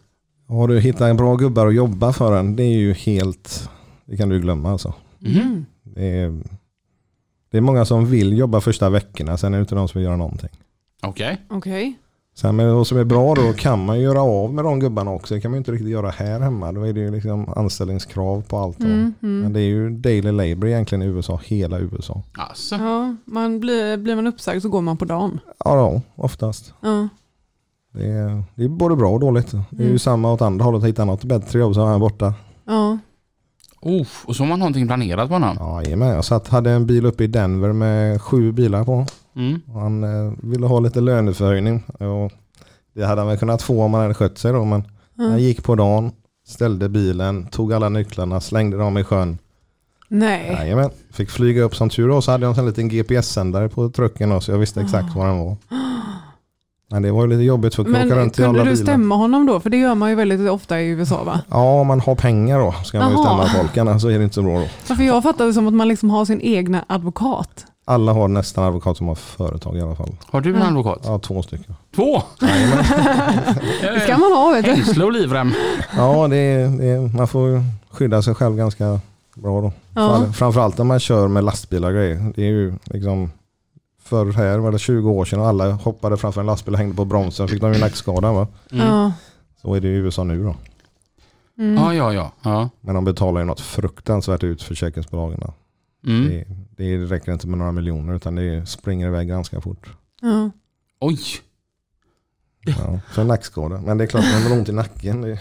Har du hittat en bra gubbar att jobba för en, det är ju helt, det kan du glömma alltså. Mm. Det är, det är många som vill jobba första veckorna, sen är det inte de som vill göra någonting. Okej. Okej. Okay. Sen med vad som är bra då kan man göra av med de gubbarna också. Det kan man ju inte riktigt göra här hemma. Då är det ju liksom anställningskrav på allt. Mm, mm. Men det är ju daily labor egentligen i U S A, hela U S A. Alltså. Ja, man blir, blir man uppsagd så går man på dagen. Ja, då, oftast. Ja. Det är, det är både bra och dåligt. Det är ju Mm. samma åt andra hållet, hitta något bättre jobb så är han borta. Ja. Oh, och så har man någonting planerat på honom. Ja, jajamän. Jag satt, hade en bil uppe i Denver med sju bilar på. Mm. Och han eh, ville ha lite löneförhöjning. Och det hade han väl kunnat få om han hade skött sig då. Men Mm. han gick på dagen, ställde bilen, tog alla nycklarna, slängde dem i sjön. Nej. Jajamän. Fick flyga upp som tur och så hade jag en liten G P S-sändare på trucken då, så jag visste exakt var han var. Men det var ju lite jobbigt för att åka Men runt till alla kunde du bilar. stämma honom då? För det gör man ju väldigt ofta i U S A, va? Ja, om man har pengar då ska man ju Jaha. stämma folk, annars så är det inte så bra då. Ja, för jag fattade det som att man liksom har sin egna advokat. Alla har nästan advokat som har företag i alla fall. Har du en Ja. advokat? Ja, två stycken. Två? Jajamän. Det ska man ha, vet du. Hängsle och livrem. Ja, det är, det är, man får skydda sig själv ganska bra då. Ja. Fram- Framförallt när man kör med lastbilar och grejer. Det är ju liksom, förr här var det tjugo år sedan och alla hoppade framför en lastbil och hängde på bromsen. Fick de ju nackskada, va? Mm. Ja. Så är det i U S A nu då. Mm. Ja, ja, ja. ja. Men de betalar ju något fruktansvärt ut försäkringsbolagen. då. Mm. Det, det räcker inte med några miljoner utan det springer iväg ganska fort. Ja. Oj. Ja, för en nackskada. Men det är klart att man har ont i nacken. Det,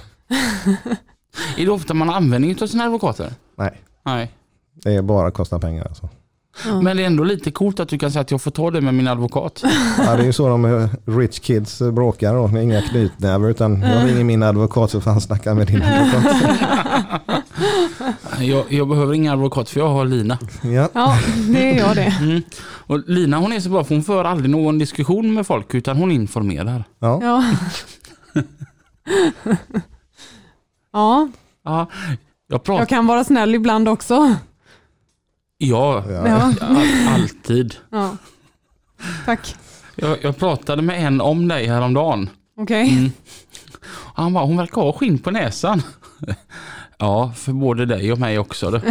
Är det ofta man använder av sina advokater? nej, Nej. det är bara att kosta pengar alltså. Ja. Men det är ändå lite coolt att du kan säga att jag får ta det med min advokat. Ja, det är ju så de eh, rich kids eh, bråkar då. Det är inga knytnävar utan jag ringer min advokat så får han snacka med din advokat. Jag, jag behöver ingen advokat för jag har Lina. Ja. Ja, det är jag det. Mm. Och Lina, hon är så bra för hon för aldrig någon diskussion med folk utan hon informerar. Ja. Ja. Ja, Ja, jag pratar... jag kan vara snäll ibland också. Ja, Ja. Ja. all, alltid. Ja. Tack. Jag, jag pratade med en om dig häromdagen. Okej. Mm. Han bara, hon verkar ha skinn på näsan. Ja, för både dig och mig också. Det.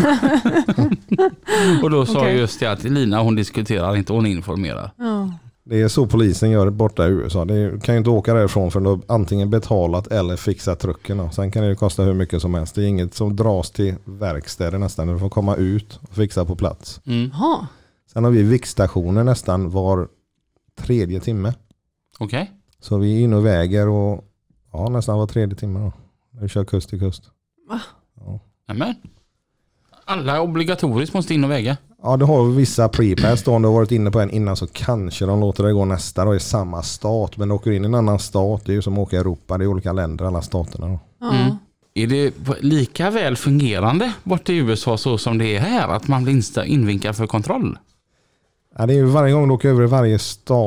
Och då sa Okej. jag just det att Lina, hon diskuterar inte, hon informerar. Ja. Det är så polisen gör borta i U S A. Det är, kan ju inte åka därifrån för att antingen betalat eller fixat trucken. Då. Sen kan det ju kosta hur mycket som helst. Det är inget som dras till verkstäder nästan. Du får komma ut och fixa på plats. Mm. Jaha. Sen har vi viktstationer nästan var tredje timme. Okej. Så vi är inne och väger och ja, nästan var tredje timme då. Vi kör kust till kust. Va? Ja. Nämen. Alla obligatoriskt måste in och väga. Ja, du har vissa prepass då. Om du har varit inne på en innan så kanske de låter det gå nästa då i samma stat. Men du åker in i en annan stat. Det är ju som att åka i Europa. Det är olika länder, alla staterna då. Ja. Mm. Är det lika väl fungerande bort i U S A så som det är här? Att man blir insta- invinkad för kontroll? Ja, det är ju varje gång du åker över varje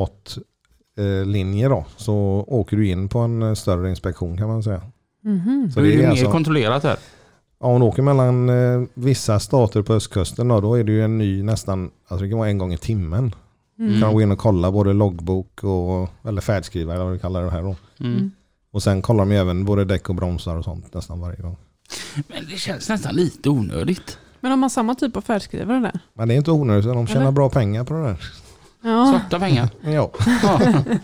statlinje då. Så åker du in på en större inspektion kan man säga. Mhm. Så det är, det mer kontrollerat här. Ja, om du åker mellan eh, vissa stater på östkusten då, då är det ju en ny nästan, alltså det kan vara en gång i timmen. Mm. Du kan gå in och kolla både loggbok och, eller färdskrivare eller vad du kallar det här då. Mm. Mm. Och sen kollar de ju även både däck och bromsar och sånt nästan varje gång. Men det känns nästan lite onödigt. Men har man samma typ av färdskrivare där? Men det är inte onödigt, de tjänar Eller? bra pengar på det där. Ja. Svarta pengar. Ja. Ja.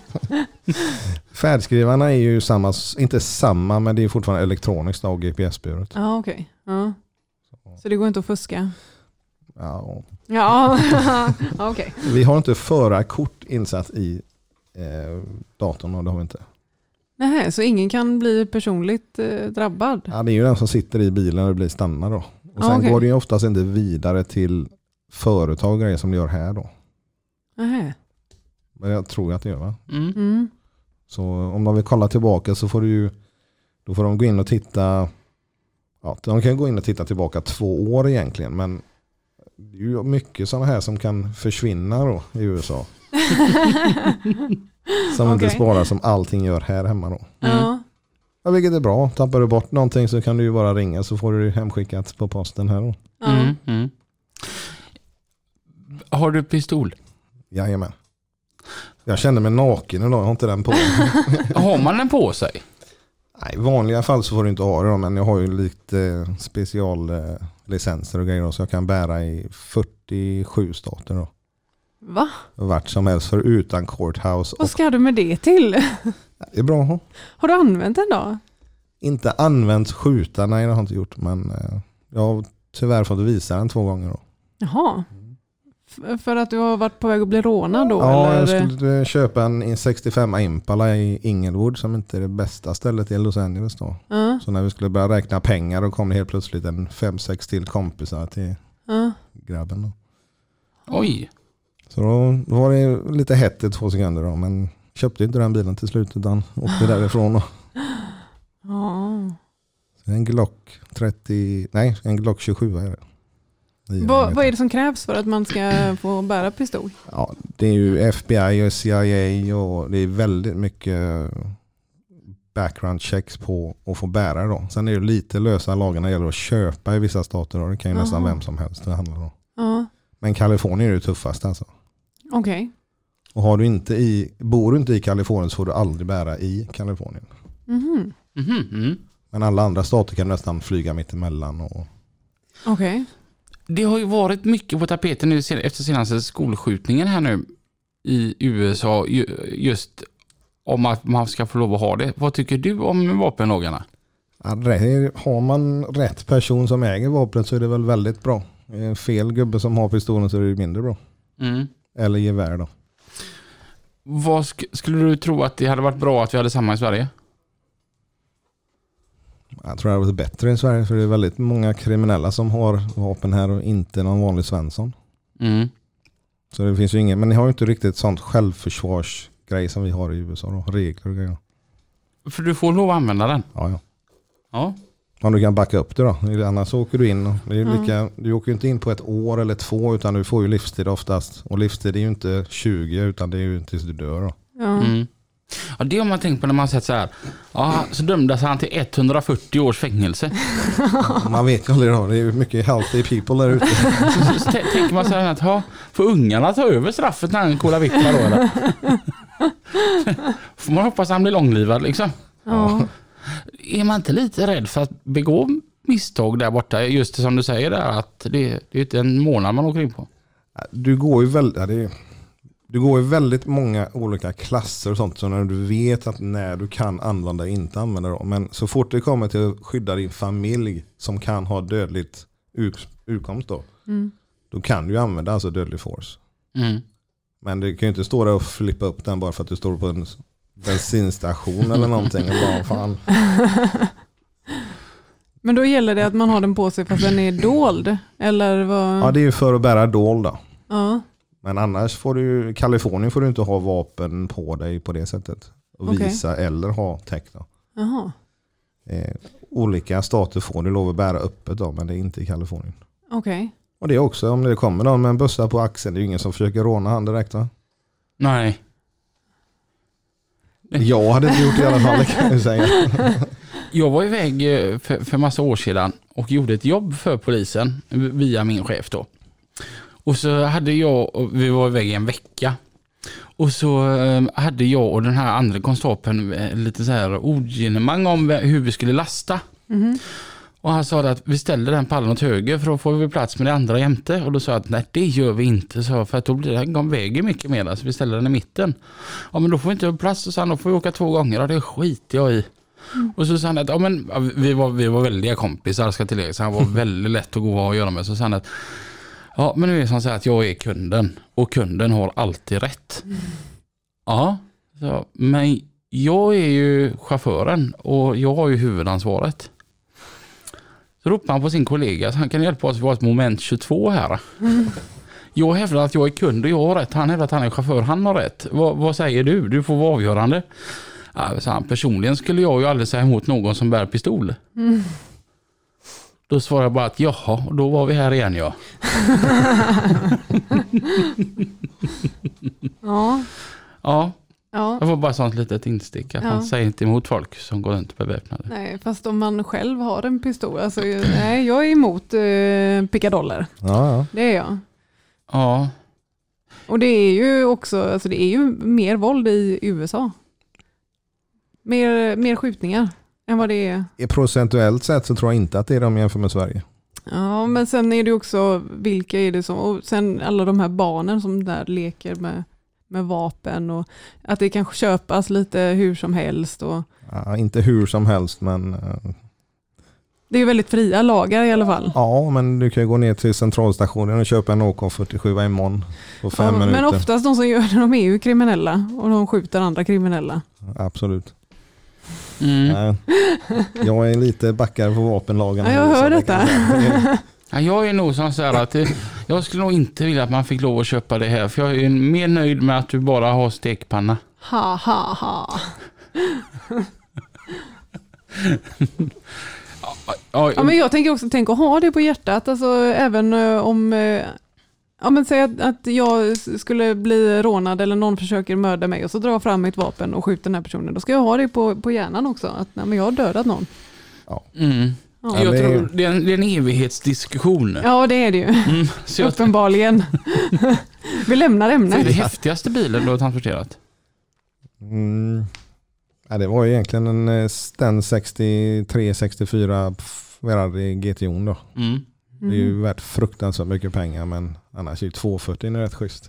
Färdskrivarna är ju samma, inte samma men det är fortfarande elektroniskt och G P S-buret. Ja, okej. Ja. Så det går inte att fuska? Ja. Ja, ja, okej. Vi har inte förarkort insatt i eh, datorn och det har vi inte. Nej, så ingen kan bli personligt eh, drabbad? Ja, det är ju den som sitter i bilen och det blir stanna då. Och sen Ah, okej. går det ju oftast inte vidare till företag och grejer som det gör här då. Nej. Men jag tror att det gör va? Mm. Mm. Så Så om de vill kolla tillbaka så får du ju, då får de gå in och titta, ja, de kan gå in och titta tillbaka två år egentligen, men det är ju mycket sådana här som kan försvinna då i U S A. Som inte Okej. sparar som allting gör här hemma då. Ja. Ja, vilket är bra. Tappar du bort någonting så kan du ju bara ringa så får du hemskickat på posten här då. Ja. Mm. Mm. Har du pistol? Jajamän. Jag kände mig naken idag, jag har inte den på. Har man den på sig? Nej, i vanliga fall så får du inte ha det då, men jag har ju lite speciallicenser och grejer då, så jag kan bära i fyrtiosju stater då. Va? Vart som helst för utan courthouse. Vad ska du med det till? Det är bra att ha. Har du använt den då? Inte använt skjuta, nej det har jag inte gjort, men eh, jag har tyvärr fått visa den två gånger då. Jaha. F- för att du har varit på väg att bli rånad då? Ja, eller? jag skulle köpa en sextiofem Impala i Inglewood som inte är det bästa stället i Los Angeles då. Uh. Så när vi skulle börja räkna pengar då kom det helt plötsligt en fem sex till kompisar till Uh. grabben då. Oj. Så då, då var det lite hett i två sekunder då, men köpte inte den bilen till slut utan åkte därifrån då. Ja. Så en Glock trettio, nej en Glock tjugosju är det. Vad, vad är det som krävs för att man ska få bära pistol? Ja, det är ju F B I och C I A och det är väldigt mycket background checks på att få bära då. Sen är det lite lösa lagar när det gäller att köpa i vissa stater då. Det kan ju Aha. nästan vem som helst det handlar om. Ja. Men Kalifornien är det tuffast alltså. Okej. Okay. Och har du inte i, bor du inte i Kalifornien så får du aldrig bära i Kalifornien. Mhm. Mhm, mm. Men alla andra stater kan nästan flyga mitt emellan. Och... Okej. Okay. Det har ju varit mycket på tapeten nu efter senaste skolskjutningen här nu i U S A just om att man ska få lov att ha det. Vad tycker du om vapenlagarna? Ja, har man rätt person som äger vapnet så är det väl väldigt bra. Är det fel gubbe som har pistolen så är det mindre bra. Mm. Eller gevär då. Vad sk- skulle du tro att det hade varit bra att vi hade samma i Sverige? Jag tror det hade varit bättre i Sverige för det är väldigt många kriminella som har vapen här och inte någon vanlig Svensson. Mm. Så det finns ju ingen, men ni har ju inte riktigt sånt självförsvarsgrej som vi har i U S A då, regler och grejer. För du får lov att använda den? Ja, ja. Ja. Om du kan backa upp det då, annars åker du in. Och det är lika, mm. Du åker ju inte in på ett år eller två utan du får ju livstid oftast. Och livstid är ju inte tjugo utan det är ju tills du dör då. Ja. Mm. Ja, det har man tänkt på när man sett så här. Ja, så dömdes han till etthundrafyrtio års fängelse. Man vet ju aldrig då, det är ju mycket healthy people där ute. Så, så t- tänker man så här att ha, får ungarna ta över straffet när han kolar vittna då eller? Får man hoppas att han blir långlivad liksom. Ja. Är man inte lite rädd för att begå misstag där borta? Just det som du säger där att det, det är inte en månad man åker in på. Du går ju väldigt, ja, det är, du går ju väldigt många olika klasser och sånt så när du vet att när du kan använda inte använda då. Men så fort det kommer till att skydda din familj som kan ha dödligt ut, utkomst då. Mm. Då kan du ju använda alltså dödlig force. Mm. Men du kan ju inte stå där och flippa upp den bara för att du står på en bensinstation eller någonting. Och bara, fan. Men då gäller det att man har den på sig fast den är dold? Eller vad? Ja, det är ju för att bära dold då. Ja. Men annars får du, i Kalifornien får du inte ha vapen på dig på det sättet. Och okay. visa eller ha täck då. Jaha. Eh, olika stater får du lov att bära öppet då, men det är inte i Kalifornien. Okej. Okay. Och det är också, om det kommer någon med en bössa på axeln, det är ju ingen som försöker råna han direkt va? Nej. Jag hade inte gjort det i alla fall, det kan jag säga. Jag var iväg för, för massa år sedan och gjorde ett jobb för polisen via min chef då. Och så hade jag, vi var iväg i en vecka. Och så hade jag och den här andra konstapeln lite så här ordgenemang om hur vi skulle lasta. Mm. Och han sa att vi ställer den pallen åt höger för då får vi plats med det andra jämte. Och då sa jag att nej, det gör vi inte. Så för att då blir den väger mycket mer. Så vi ställer den i mitten. Ja, men då får vi inte ha plats. Och sen då får vi åka två gånger. Och det skiter jag i. Mm. Och så sa han att ja, men, vi, var, vi var väldiga kompisar ska tillägga. Så han var väldigt lätt att gå och göra med. Så sa han att ja, men nu är det som så att jag är kunden. Och kunden har alltid rätt. Mm. Ja, så, men jag är ju chauffören. Och jag har ju huvudansvaret. Så ropar han på sin kollega så han kan hjälpa oss vara ett moment tjugotvå här. Mm. Jag hävdar att jag är kund och jag har rätt. Han hävdar att han är chaufför, han har rätt. Va, vad säger du? Du får vara avgörande. Ja, så han, personligen skulle jag ju aldrig säga emot någon som bär pistol. Mm. Då svarar jag bara att jaha, då var vi här igen ja. Ja. Ja. Ja. Det var bara sånt litet instick. Att ja. Man säger inte emot folk som går inte beväpnade. Nej, fast om man själv har en pistol. Alltså, nej, jag är emot eh, pickadoller. Ja, ja. Det är jag. Ja. Och det är ju också, alltså det är ju mer våld i U S A. Mer, mer skjutningar än än vad det är. Procentuellt sett så tror jag inte att det är de jämför med Sverige. Ja, men sen är det också, vilka är det som, och sen alla de här barnen som där leker med, med vapen och att det kanske köpas lite hur som helst. Och ja, inte hur som helst, men... Det är väldigt fria lagar i alla fall. Ja, men du kan ju gå ner till centralstationen och köpa en A K fyrtiosju imorgon på fem ja, minuter. Men oftast de som gör det, de är ju kriminella och de skjuter andra kriminella. Absolut. Mm. Ja, jag är lite backare på vapenlagen. Ja, jag hör detta. Ja, jag är nog som så här att det, jag skulle nog inte vilja att man fick lov att köpa det här. För jag är mer nöjd med att du bara har stekpanna. Ha, ha, ha. Ja, ja, men jag tänker också tänka att ha det på hjärtat. Alltså, även om... Ja, men säg att, att jag skulle bli rånad eller någon försöker mörda mig och så drar jag fram mitt vapen och skjuter den här personen. Då ska jag ha det på, på hjärnan också. Att nej, men jag har dödat någon. Ja. Mm. Ja. Jag tror det är, en, det är en evighetsdiskussion. Ja, det är det ju. Mm, jag... Uppenbarligen. Vi lämnar ämnet. Vad är det häftigaste bilen du har transporterat? Mm. Ja, det var ju egentligen en Sten sextiotre sextiofyra Ferrari G T O då. Mm. Det är ju värt fruktansvärt mycket pengar, men annars är ju tvåhundrafyrtio rätt schysst.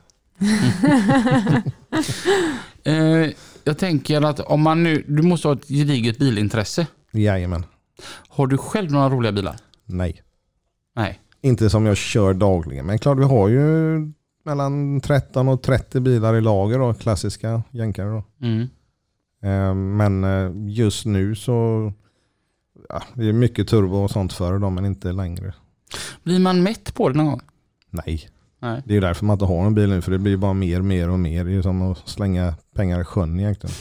eh, jag tänker att om man nu, du måste ha ett gediget bilintresse. Jajamän. Har du själv några roliga bilar? Nej. Nej. Inte som jag kör dagligen, men klart vi har ju mellan tretton och trettio bilar i lager då, klassiska jänkare då. Mm. Eh, men just nu så ja, det är mycket turbo och sånt för dem, men inte längre. Blir man mätt på det någon gång? Nej. Nej. Det är ju därför man inte har en bil nu, för det blir bara mer, mer och mer. Det är ju som att slänga pengar i sjön egentligen.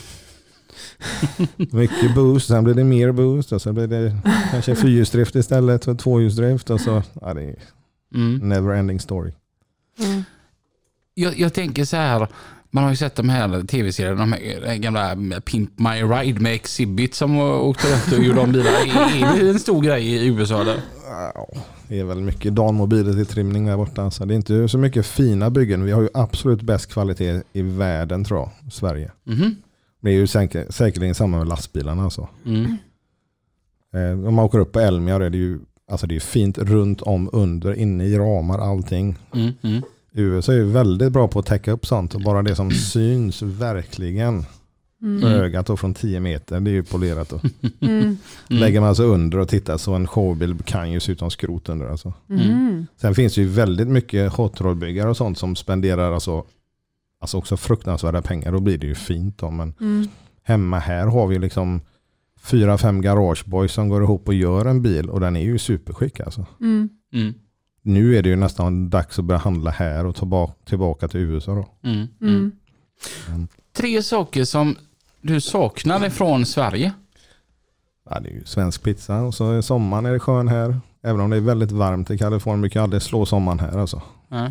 Mycket boost, sen blir det mer boost och så blir det kanske fyrhjulsdrift istället för tvåhjulsdrift och så, ja, det är mm. never ending story. Mm. Jag, jag tänker så här, man har ju sett de här tv-serierna, de här gamla Pimp My Ride med Exhibit som åkte runt och gjorde om bilar. Är det en stor grej i U S A där? Ja, det är väl mycket dammobiler till trimning där borta. Så det är inte så mycket fina byggen. Vi har ju absolut bäst kvalitet i världen, tror jag, Sverige. Mm-hmm. Det är ju säker, säkerligen samma med lastbilarna. Alltså. Mm. Eh, om man åker upp på Elmia, är det ju alltså det är fint runt om, under, inne i ramar, allting. Mm. Mm. U S A är ju väldigt bra på att täcka upp sånt. Och bara det som syns verkligen mm. för ögat och från tio meter, det är ju polerat då. Mm. Lägger man sig under och tittar så en showbil kan ju se ut som skrot under. Alltså. Mm. Sen finns det ju väldigt mycket hot rod-byggare och sånt som spenderar alltså, alltså också fruktansvärda pengar. Då blir det ju fint då. Men mm. hemma här har vi liksom fyra, fem garageboys som går ihop och gör en bil och den är ju superskick alltså. Mm. Mm. Nu är det ju nästan dags att börja handla här och ta tillbaka till U S A då. Mm. Mm. Mm. Tre saker som du saknar från Sverige? Ja, det är ju svensk pizza och så är sommaren är det skön här. Även om det är väldigt varmt i Kalifornien, mycket aldrig slå sommaren här alltså. Mm.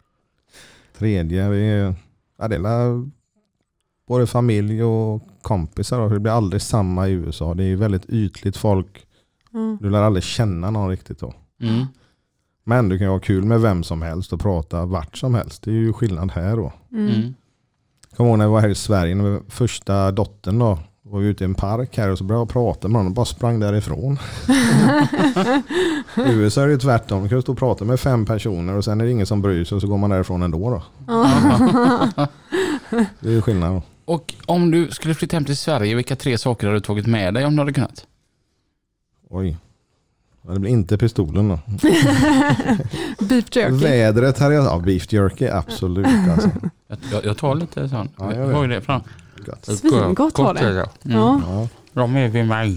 Tredje, det är, ja, det är både familj och kompisar. Det blir aldrig samma i U S A. Det är väldigt ytligt folk. Mm. Du lär aldrig känna någon riktigt då. Mm. Men du kan ju ha kul med vem som helst och prata vart som helst. Det är ju skillnad här då. Mm. Kom ihåg när jag var här i Sverige, när vi första dottern då, var vi ute i en park här och så började jag prata med honom och bara sprang därifrån. I U S A är det tvärtom. Man kan stå och prata med fem personer och sen är det ingen som bryr sig och så går man därifrån ändå då. Det är ju skillnad då. Och om du skulle flytta hem till Sverige, vilka tre saker har du tagit med dig om du hade kunnat? Oj. Det blir inte pistolen då. Beef jerky. Vädret här är ja, beef jerky, absolut. Alltså. Jag, jag tar lite sån. Ja, jag har ju det fram. Svingott var det. Mm. Ja. Ja. De är vid mig.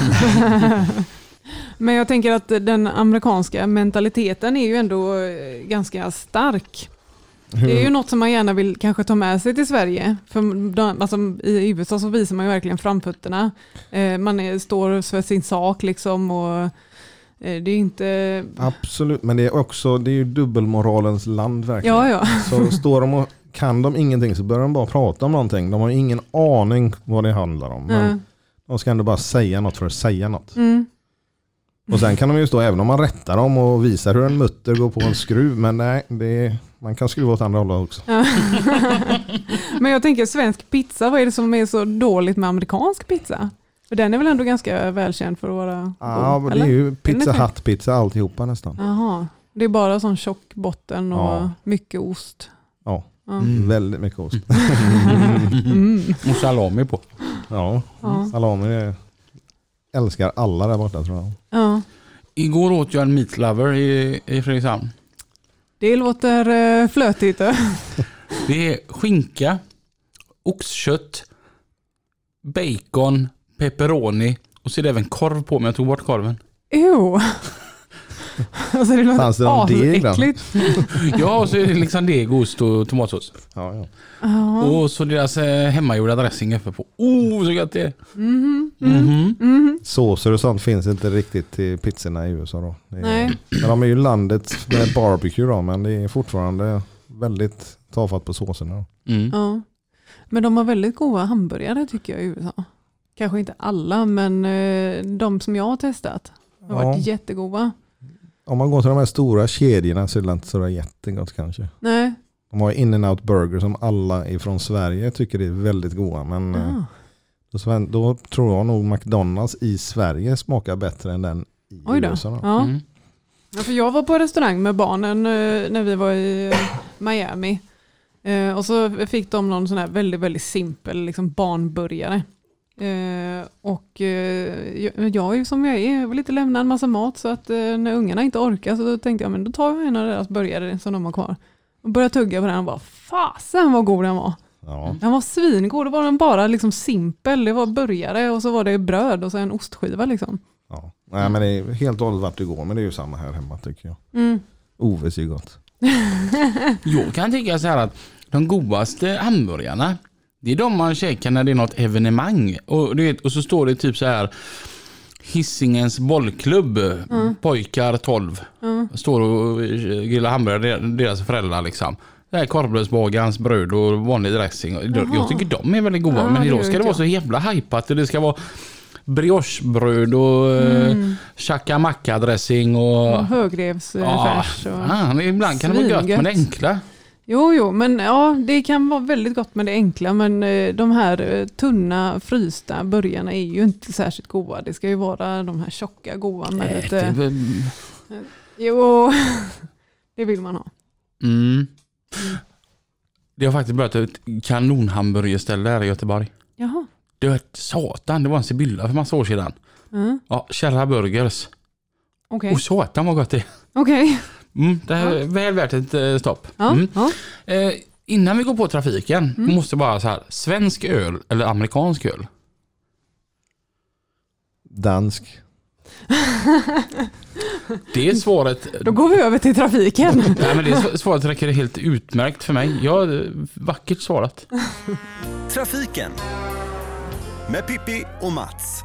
Men jag tänker att den amerikanska mentaliteten är ju ändå ganska stark. Det är ju något som man gärna vill kanske ta med sig till Sverige. För de, alltså, i U S A så visar man ju verkligen framfötterna. Eh, man är, står för sin sak liksom och eh, det är inte... Absolut, men det är också det är ju dubbelmoralens land verkligen. Ja, ja. Så står de och kan de ingenting så börjar de bara prata om någonting. De har ingen aning vad det handlar om. Men mm. de ska ändå bara säga något för att säga något. Mm. Och sen kan de ju stå, även om man rättar dem och visar hur en mutter går på en skruv, men nej, det är, man kan skruva åt andra hållet också. Ja. Men jag tänker, svensk pizza, vad är det som är så dåligt med amerikansk pizza? För den är väl ändå ganska välkänd för att vara Ja, god, men det är ju Är Pizza den Hut pizza alltihopa nästan. Jaha, det är bara sån tjock botten och Ja. mycket ost. Ja, Ja. Mm. väldigt mycket ost. Mm. Och salami på. Ja, Ja. salami det älskar alla där borta tror jag. Ja. Igår åt jag en meat lover i, i Fredrikshamn. Det låter uh, flötigt. Det är skinka, oxkött, bacon, pepperoni och så är det även korv på, men jag tog bort korven. Ew. Alltså det Fanns det låter någon deg då? asäckligt. Ja, och så är det liksom deg, ost och tomatsås. Ja, ja. Ja. Och så deras eh, hemmagjorda dressing uppe på. Oh, så gott det är. Mhm. Mhm. Mhm. Såser och sånt finns inte riktigt till pizzorna i U S A då. Det är, Nej. Men de är ju landet med barbecue då, men det är fortfarande väldigt tafatt på såserna. Då. Mm. Ja. Men de har väldigt goda hamburgare tycker jag i U S A. Kanske inte alla, men eh, de som jag har testat har Ja. varit jättegoda. Om man går till de här stora kedjorna så är det inte så jättegott kanske. Nej. De har In-N-Out Burger som alla ifrån Sverige tycker är väldigt goda. Men eh, Ah. då, sven- då tror jag nog McDonalds i Sverige smakar bättre än den i Oj då. U S A. Då. Ja. Mm. Ja, för jag var på restaurang med barnen eh, när vi var i eh, Miami. Eh, och så fick de någon sån här väldigt, väldigt simpel liksom barnburgare. Eh, och eh, jag, jag är ju som jag är, jag vill inte lämna en massa mat så att eh, när ungarna inte orkar så då tänkte jag men då tar jag en av deras burgare som de har kvar. Och började tugga på den och bara fasen vad god den var. Ja. Den var svingod, det var den bara liksom simpel. Det var burgare och så var det bröd och så en ostskiva liksom. Ja. Nej, men det är helt och hållet vart det går, men det är ju samma här hemma tycker jag. Mm. Oves är gott. Jag kan tycka så här att de godaste hamburgarna, det är de man käkar när det är något evenemang. Och, du vet, och så står det typ så här Hisingens bollklubb, Mm. pojkar tolv. Mm. Står och grillar hamburgare, deras föräldrar liksom. Det här korvbrödsbagans bröd och vanlig dressing. Jaha. Jag tycker de är väldigt goda. Ja, men det idag gör ska det inte vara jag. så jävla hypat. Och det ska vara briochebröd och Mm. chakamacka dressing och... Och högrevsfärs. och... fan, ibland kan det vara gött Svingött. med det enkla. Jo, jo, men ja, det kan vara väldigt gott med det enkla, men eh, de här eh, tunna, frysta burgarna är ju inte särskilt goda. Det ska ju vara de här tjocka, goda med Äh, lite... det- Jo, det vill man ha. Mm. Det har faktiskt börjat ett kanonhamburgerställe här i Göteborg. Jaha. Det var ett satan, det var en Sibylla för massa år sedan. Mm. Ja, Kärra Burgers. Okej. Och satan vad gott det är. Okej. Mm, det är väl värt ett eh, stopp. Ja, Mm. ja. Eh, innan vi går på trafiken, Mm. måste bara så här, svensk öl eller amerikansk öl? Dansk. Det är svaret. Då går vi över till trafiken. Nej, men det är svaret räcker helt utmärkt för mig. Ja, vackert svarat. Trafiken med Pippi och Mats.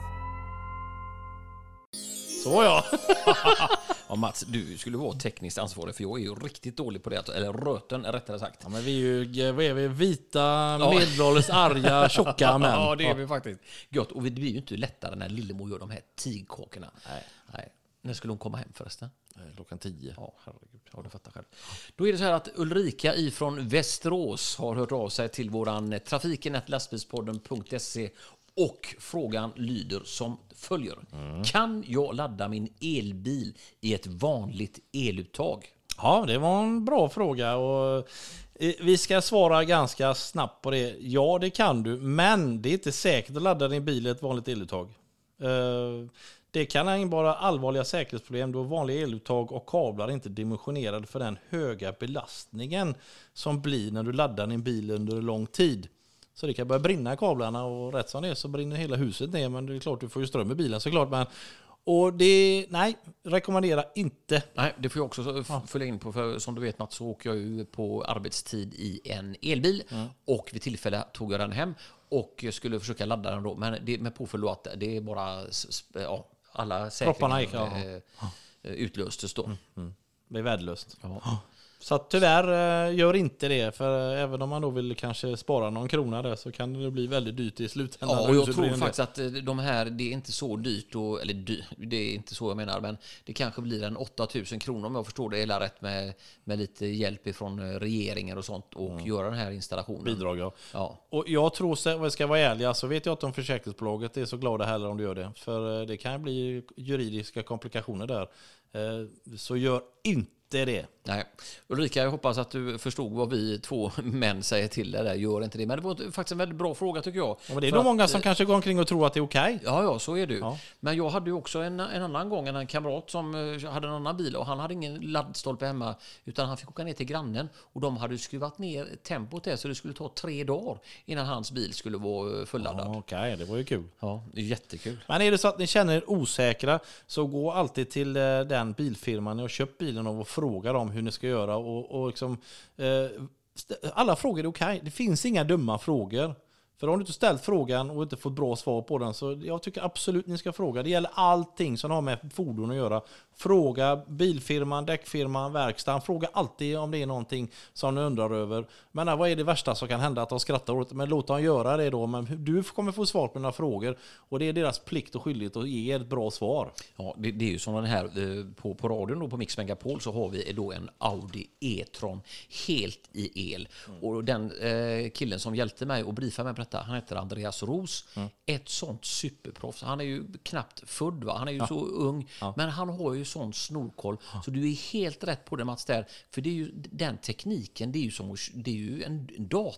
Så ja. Ja, Mats, du skulle vara tekniskt ansvarig för jag är ju riktigt dålig på det. Eller röten rättare sagt. Ja, men vi är ju vad är vi, vita, Ja. medelålders, arga, tjocka män. Ja, det är vi faktiskt. Gött. Och det blir ju inte lättare när Lillemor gör de här tigkakorna. Nej. Nej. När skulle hon komma hem förresten? Klockan tio. Ja, herregud. Ja, du fattar själv. Då är det så här att Ulrika ifrån Västerås har hört av sig till våran trafiken at lastbilspodden punkt se och frågan lyder som följer. Mm. Kan jag ladda min elbil i ett vanligt eluttag? Ja, det var en bra fråga och eh, vi ska svara ganska snabbt på det. Ja, det kan du, men det är inte säkert att ladda din bil i ett vanligt eluttag. Eh, Det kan vara allvarliga säkerhetsproblem då vanliga eluttag och kablar inte är dimensionerade för den höga belastningen som blir när du laddar din bil under lång tid. Så det kan börja brinna i kablarna och rätt som det är så brinner hela huset ner, men det är klart du får ju ström i bilen såklart. Men, och det, nej, rekommenderar inte. Nej, det får jag också följa in på, för som du vet Mats så åker jag ju på arbetstid i en elbil mm. och vid tillfälle tog jag den hem och skulle försöka ladda den då, men det med påföljd då att det är bara ja, alla säkringar gick, ja. utlöstes då. Mm, mm. Det är värdelöst. Ja. Så att tyvärr gör inte det, för även om man då vill kanske spara någon krona där så kan det bli väldigt dyrt i slutändan. Ja, och jag tror faktiskt att de här, det är inte så dyrt, och, eller dy, det är inte så jag menar, men det kanske blir en åtta tusen kronor om jag förstår det hela rätt, med, med lite hjälp ifrån regeringen och sånt, och mm. göra den här installationen. Bidrag, ja. ja. Och jag tror, om jag ska vara ärlig, så vet jag att om försäkringsbolaget är så glada heller om du gör det. För det kan bli juridiska komplikationer där. Så gör inte det. Nej. Ulrika, jag hoppas att du förstod vad vi två män säger till dig där. Gör inte det. Men det var faktiskt en väldigt bra fråga tycker jag. Ja, men det är nog många att, som kanske går omkring och tror att det är okej. Okay. Ja, ja, så är det. Ja. Men jag hade ju också en, en annan gång en kamrat som hade en annan bil, och han hade ingen laddstolpe hemma, utan han fick åka ner till grannen, och de hade skruvat ner tempot där så det skulle ta tre dagar innan hans bil skulle vara fulladdad. Ja, okej, okay. Det var ju kul. Ja, det är jättekul. Men är det så att ni känner er osäkra, så gå alltid till den bilfirman ni har köpt bilen av och fråga dem hur ni ska göra. Och, och liksom, eh, alla frågor är okej. Okay. Det finns inga dumma frågor. För om du inte ställt frågan och inte fått bra svar på den, så jag tycker absolut ni ska fråga. Det gäller allting som har med fordon att göra. Fråga bilfirman, däckfirman, verkstaden. Fråga alltid om det är någonting som ni undrar över. Men vad är det värsta som kan hända? Att de skrattar åt, men låt dem göra det då. Men du kommer få svar på dina frågor. Och det är deras plikt och skyldighet att ge ett bra svar. Ja, det, det är ju som den här på, på radion då, på Mix Megapol, så har vi då en Audi e-tron helt i el. Mm. Och den eh, killen som hjälpte mig och briefade mig på detta, han heter Andreas Ros. Mm. Ett sånt superproffs. Han är ju knappt född, va? Han är ju ja. så ung. Ja. Men han har ju sån snorkoll. Ja. Så du är helt rätt på det, Mats, där. För det är ju den tekniken, det är ju som det är ju en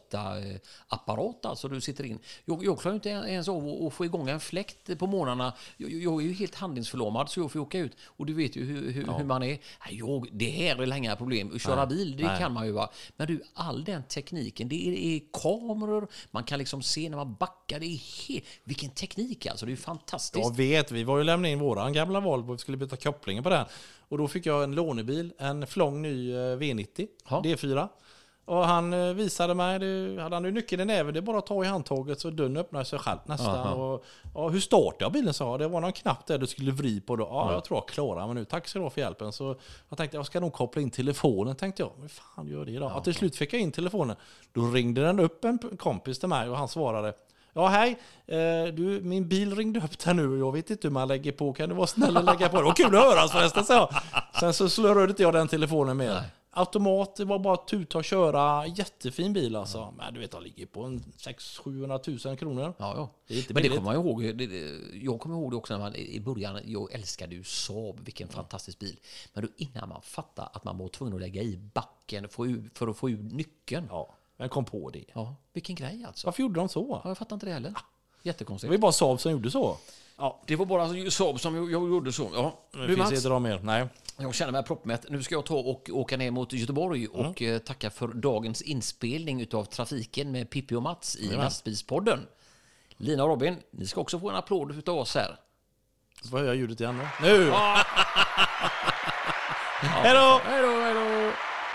dataapparat alltså du sitter in. Jag, jag klarar inte ens av att få igång en fläkt på morgnarna. Jag, jag är ju helt handlingsförlamad, så jag får åka ut. Och du vet ju hur, hur, ja. hur man är. Jag, det här är inga problem. Att köra Nej. bil, det Nej. kan man ju, va. Men du, all den tekniken, det är, det är kameror, man kan liksom se när man backar. Det är helt, vilken teknik alltså, det är ju fantastiskt. Jag vet, vi var ju lämnade in våran gamla Volvo, vi skulle byta kopplingen på den. Och då fick jag en lånebil, en flång ny V nittio, ha. D fyra. Och han visade mig, det, hade han ju nyckeln i näven, det är bara att ta i handtaget så dörren öppnar sig själv nästan. Och, och hur startade jag bilen, sa det var någon knapp där du skulle vrida på då. Ja, ja. jag tror jag klarar mig nu, tack så du för hjälpen. Så jag tänkte, jag ska nog koppla in telefonen, tänkte jag. Vad fan gör det då? Ja. Att till slut fick jag in telefonen. Då ringde den upp en kompis till mig och han svarade: ja, hej. Eh, du, min bil ringde upp här nu och jag vet inte hur man lägger på. Kan du vara snäll och lägga på? Det var kul att höras förresten, så jag. Sen så slörade inte jag den telefonen mer. Nej. Automat, det var bara att tuta och köra. Jättefin bil alltså. Mm. Men du vet, jag ligger på en sex till sjuhundra tusen kronor. Ja, ja. Det är inte Men billigt. det kommer man ihåg. Det, det, jag kommer ihåg det också när man i början, jag älskade ju Saab, vilken mm. fantastisk bil. Men då innan man fattade att man var tvungen att lägga i backen för, för att få ur nyckeln. Ja. Jag kom på det. Ja, vilken grej alltså. Varför gjorde de så? Ja, jag fattar inte det heller. Jättekonstigt. Det var bara Saab som gjorde så. Ja, det var bara Saab som jag, jag gjorde så. Ja. Det du, finns inte mer. Nej. Jag känner mig proppmätt. Nu ska jag ta och åka ner mot Göteborg mm. och eh, tacka för dagens inspelning utav Trafiken med Pippi och Mats i mm. Lastbilspodden. Lina och Robin, ni ska också få en applåd utav oss här. Så får jag göra ljudet igen då. Nu! Ja. Hej då! Hej då, hej då!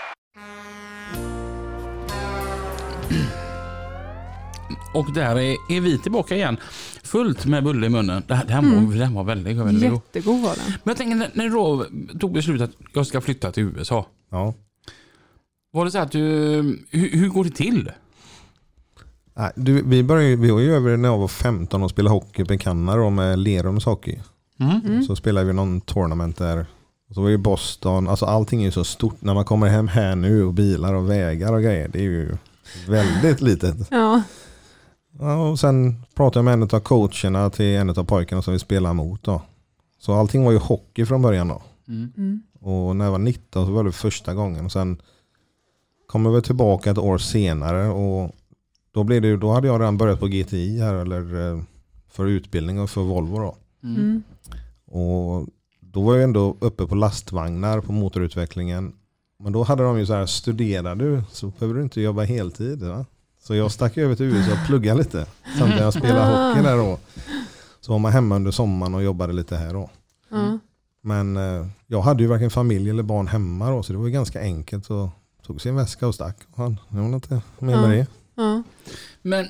Och där är, är vi tillbaka igen. Fullt med bulle i munnen. Det här, det här mm. var, den var väldigt, väldigt god. Jättegod var den. Men jag tänker, när, när du då tog beslutet att jag ska flytta till U S A. Ja. Var det så att du, hur, hur går det till? Nej, du, vi började, vi var ju över när jag var femton och spelade hockey på Kanada med Lerums hockey. Mm. Mm. Så spelade vi någon tournament där. Och så var det Boston. Alltså allting är ju så stort. När man kommer hem här nu och bilar och vägar och grejer. Det är ju väldigt litet. Ja. Ja, och sen pratade jag med en av coacherna till en av pojkarna som vi spelade mot då. Så allting var ju hockey från början då. Mm. Mm. Och när jag var nitton så var det första gången. Och sen kom vi tillbaka ett år senare och då, blev det ju, då hade jag redan börjat på G T I här eller för utbildning och för Volvo då. Mm. Och då var jag ändå uppe på lastvagnar på motorutvecklingen. Men då hade de ju så här, studerar du så behöver du inte jobba heltid, va? Så jag stack över till U S A och pluggade lite. Samtidigt jag spelade hockey där då. Så var man hemma under sommaren och jobbade lite här då. Mm. Men eh, jag hade ju varken familj eller barn hemma då. Så det var ju ganska enkelt. Så tog sin väska och stack. Han var inte med med det. Mm. Men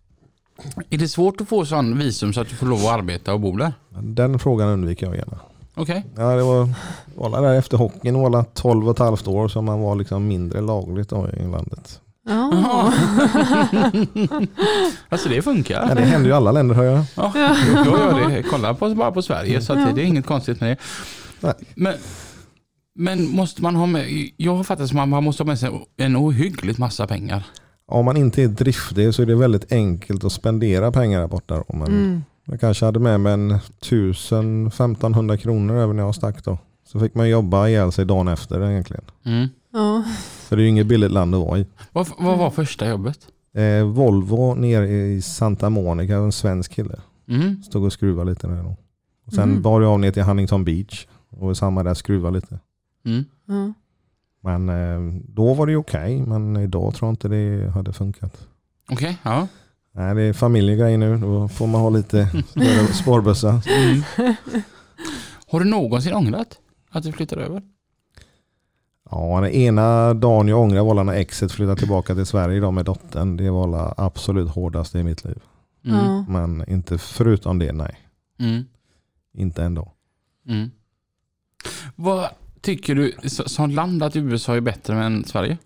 är det svårt att få sån visum så att du får lov att arbeta och bo där? Den frågan undviker jag gärna. Okej. Ja, det var, var där efter hockeyn var det tolv och ett halvt år som man var liksom mindre lagligt då i landet. Ja. Alltså det funkar. Ja, det händer ju i alla länder, hör jag. Ja, jag gör det. Kolla på, bara på Sverige så att det är inget konstigt med det. Nej. Men, men måste man ha med, jag har fattat som att man måste ha med sig en ohyggligt massa pengar. Om man inte är driftig så är det väldigt enkelt att spendera pengar där borta då. Men Mm. jag kanske hade med mig en tusen till femtonhundra kronor över när jag stack då. Så fick man jobba ihjäl sig dagen efter egentligen. Mm. Ja. För det är ju inget billigt land att vara i. Vad, vad var första jobbet? Eh, Volvo nere i Santa Monica, en svensk kille. Mm. Stod och skruvade lite där då. Och sen Mm. bar jag av ner till Huntington Beach. Och samma där skruva lite. Mm. Ja. Men eh, då var det okej. Men idag tror jag inte det hade funkat. Okej, okay, ja. Nej, det är familjegrej nu. Då får man ha lite spårbussar. Mm. Har du någonsin ångrat att du flyttade över? Ja, den ena dagen jag ångrar var när exet flyttade tillbaka till Sverige idag med dottern. Det var det absolut hårdaste i mitt liv. Mm. Ja. Men inte förutom det, nej. Mm. Inte ändå. Mm. Vad tycker du som land att U S A är bättre än Sverige?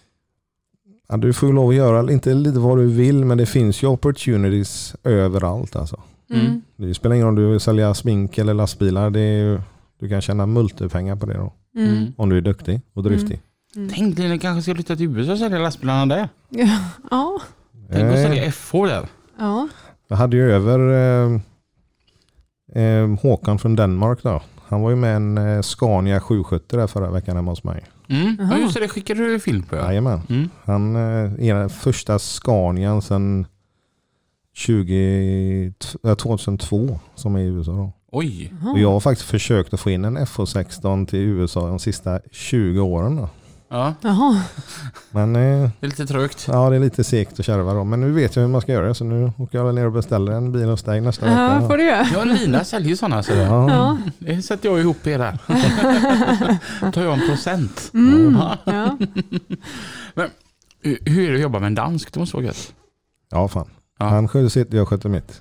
Ja, du får ju lov att göra inte lite vad du vill, men det finns ju opportunities överallt alltså. Mm. Det spelar ingen roll om du vill sälja smink eller lastbilar. Det är ju, du kan tjäna multipengar på det då. Mm. Om du är duktig och driftig. Mm. Tänk dig, ni kanske ska flytta till U S A och sälja lastbilarna där. Ja. Ja. Tänk att Eh, sälja F H där. Ja. Jag hade ju över eh, eh, Håkan från Danmark då. Han var ju med en eh, Scania sju sjuttio där förra veckan hemma hos mig. Mm. Aha. Ja, just det, det skickade du film på. Ja. Jajamän. Mm. Han eh, är den första Scanian sedan tjugo, eh, tjugohundratvå som är i U S A då. Oj. Och jag har faktiskt försökt att få in en F H sexton till U S A de sista tjugo åren då. Ja, Jaha. Men eh, det är lite trögt. ja, det är lite segt och kärva då. Men nu vet jag hur man ska göra, så nu åker jag ner och beställer en bil hos dig nästa vecka. Ja, då. får du göra. Ja, Lina säljer sådana. Så Ja. Ja. det sätter jag ihop er där. Tar jag en procent. Mm. Ja. Men hur är det att jobba med en dansk? Det måste vara gött. Ja, fan. Ja. Han sköter sitt, jag sköter mitt.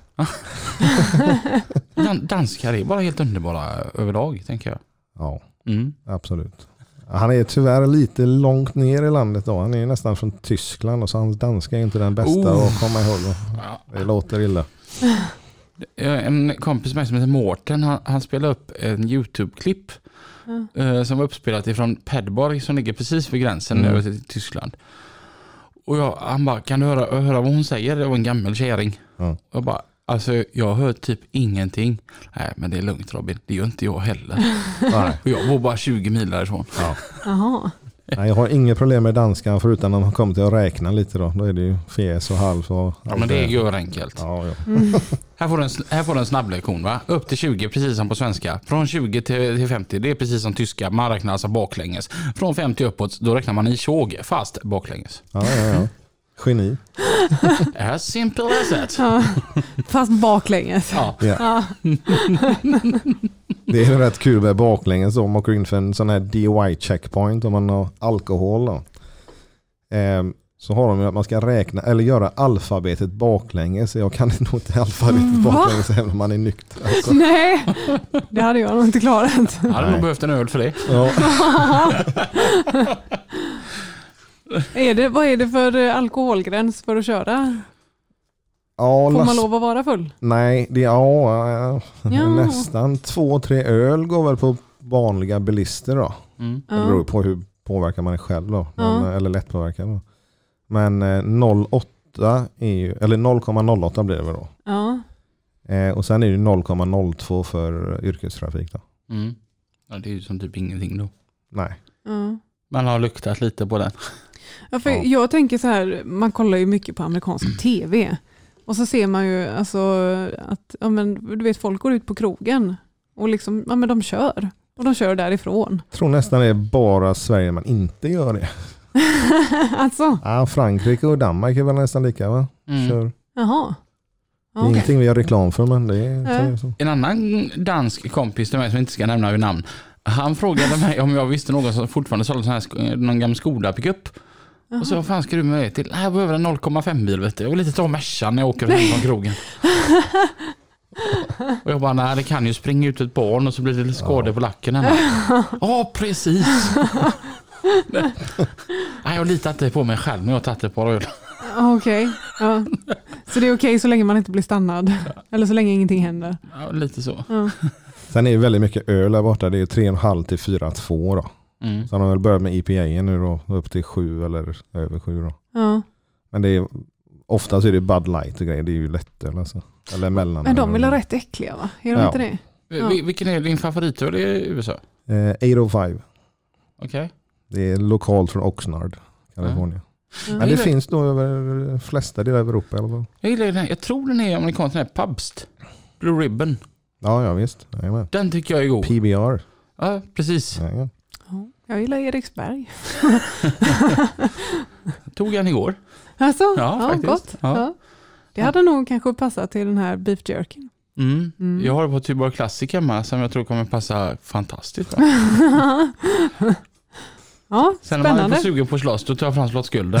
Dan- danskar är bara helt underbara överlag, tänker jag. Ja, Mm. absolut. Han är tyvärr lite långt ner i landet då. Han är ju nästan från Tyskland och så hans danska är inte den bästa Oh. att komma ihåg. Ja. Det låter illa. En kompis med som heter Mårten, han, han spelade upp en YouTube-klipp Ja. eh, som var uppspelat ifrån Padborg som ligger precis vid gränsen Mm. över till Tyskland. Och jag, han bara, kan du höra, höra vad hon säger? Det var en gammal kärring. Ja. Och jag bara, alltså jag hör typ ingenting. Nej, men det är lugnt Robin, det gör inte jag heller. Nej. Och jag bor bara tjugo mil därifrån. Ja. Jaha. Nej, jag har inget problem med danskan förutom när man kommer till att räkna lite då. Då är det ju fes och halv. Och Ja, men det gör enkelt. Ja, ja. Här får du en, här får du en snabblektion, va? Upp till tjugo, precis som på svenska. Från tjugo till, till femtio, det är precis som tyska. Man räknar alltså baklänges. Från femtio uppåt, då räknar man i tjog, fast baklänges. Ja, ja, ja. Geni. As simple as that. Ja. Fast baklänges. Ja. Ja. Ja. Det är rätt kul med baklänges då. Man åker in för en sån här D Y checkpoint om man har alkohol då. Ehm, så har de ju att man ska räkna eller göra alfabetet baklänges. Jag kan nog inte alfabetet Va? baklänges även om man är nykter. Alltså. Nej, det hade jag nog inte klarat. Jag hade nog Nej. behövt en öl för det. Ja. Är det, vad är det för eh, alkoholgräns för att köra? Ja, Får man last- lov att vara full? Nej, det är ja, Ja. nästan två, tre öl går väl på vanliga bilister då. Mm. Det beror Ja. på hur påverkar man är själv då. Ja. Men, eller lättpåverkad då. Men eh, noll komma åtta är ju, eller noll komma noll åtta blir det väl då. Ja. Eh, och sen är det noll komma noll två för yrkestrafik då. Mm. Ja, det är ju som typ ingenting då. Nej. Ja. Man har luktat lite på den. Ja, för Ja. jag tänker så här, man kollar ju mycket på amerikansk tv. Och så ser man ju alltså att ja, men, du vet, folk går ut på krogen och liksom, ja, men de kör. Och de kör därifrån. Jag tror nästan det är bara Sverige man inte gör det. Alltså, Ja, Frankrike och Danmark är väl nästan lika va? Mm. Kör. jaha. Det är Ja. ingenting vi gör reklam för men det är, Ja. så är det så. En annan dansk kompis till mig som inte ska nämna vid namn. Han frågade mig om jag visste någon som fortfarande sålde sån här, sk- någon gammal Skoda pickup. Och så, vad fan ska du med det till? Nej, jag behöver en noll komma fem bil, vet du. Jag vill lite ta Mercan när jag åker hem från krogen. Och jag bara, nej det kan ju springa ut ett barn och så blir det lite skador på lacken hemma. Ja, precis. Nej, jag litar inte på mig själv när jag har tagit ett par öl. Okej, ja. Så det är okej så länge man inte blir stannad? Eller så länge ingenting händer? Ja, lite så. Ja. Sen är det väldigt mycket öl där borta. Det är tre komma fem till fyra komma två då. Mm. Så de har väl börjat med I P A nu då, upp till sju eller över sju då. Ja. Men det är ofta så är det Bud Light och grejer. Det är ju lättöl alltså. Eller mellan. Men de vill ha rätt äckliga va? Är de Ja. inte det? Ja. Vil- Vilken är din favoritöl i U S A? Eh, åttahundrafem. Okej. Det är lokalt från Oxnard, Kalifornien. Ja. Men det finns nog över de flesta delar av Europa i alla fall. Jag gillar den här. Jag tror den är amerikansk, den här Pabst. Blue Ribbon. Ja, ja visst. Jajamän. Den tycker jag är god. P B R. Ja, precis. Jajamän. Ja. Jag gillar Eriksberg. Tog jag den igår. Alltså? Ja, faktiskt. Gott. Ja. Ja. Det hade nog kanske passat till den här beef jerky. Mm. Mm. Jag har på Tuborg Classic hemma som jag tror kommer passa fantastiskt bra. Ja, Sen när man är spännande. på sugen på att slåss, då tar jag fram slottsgulden.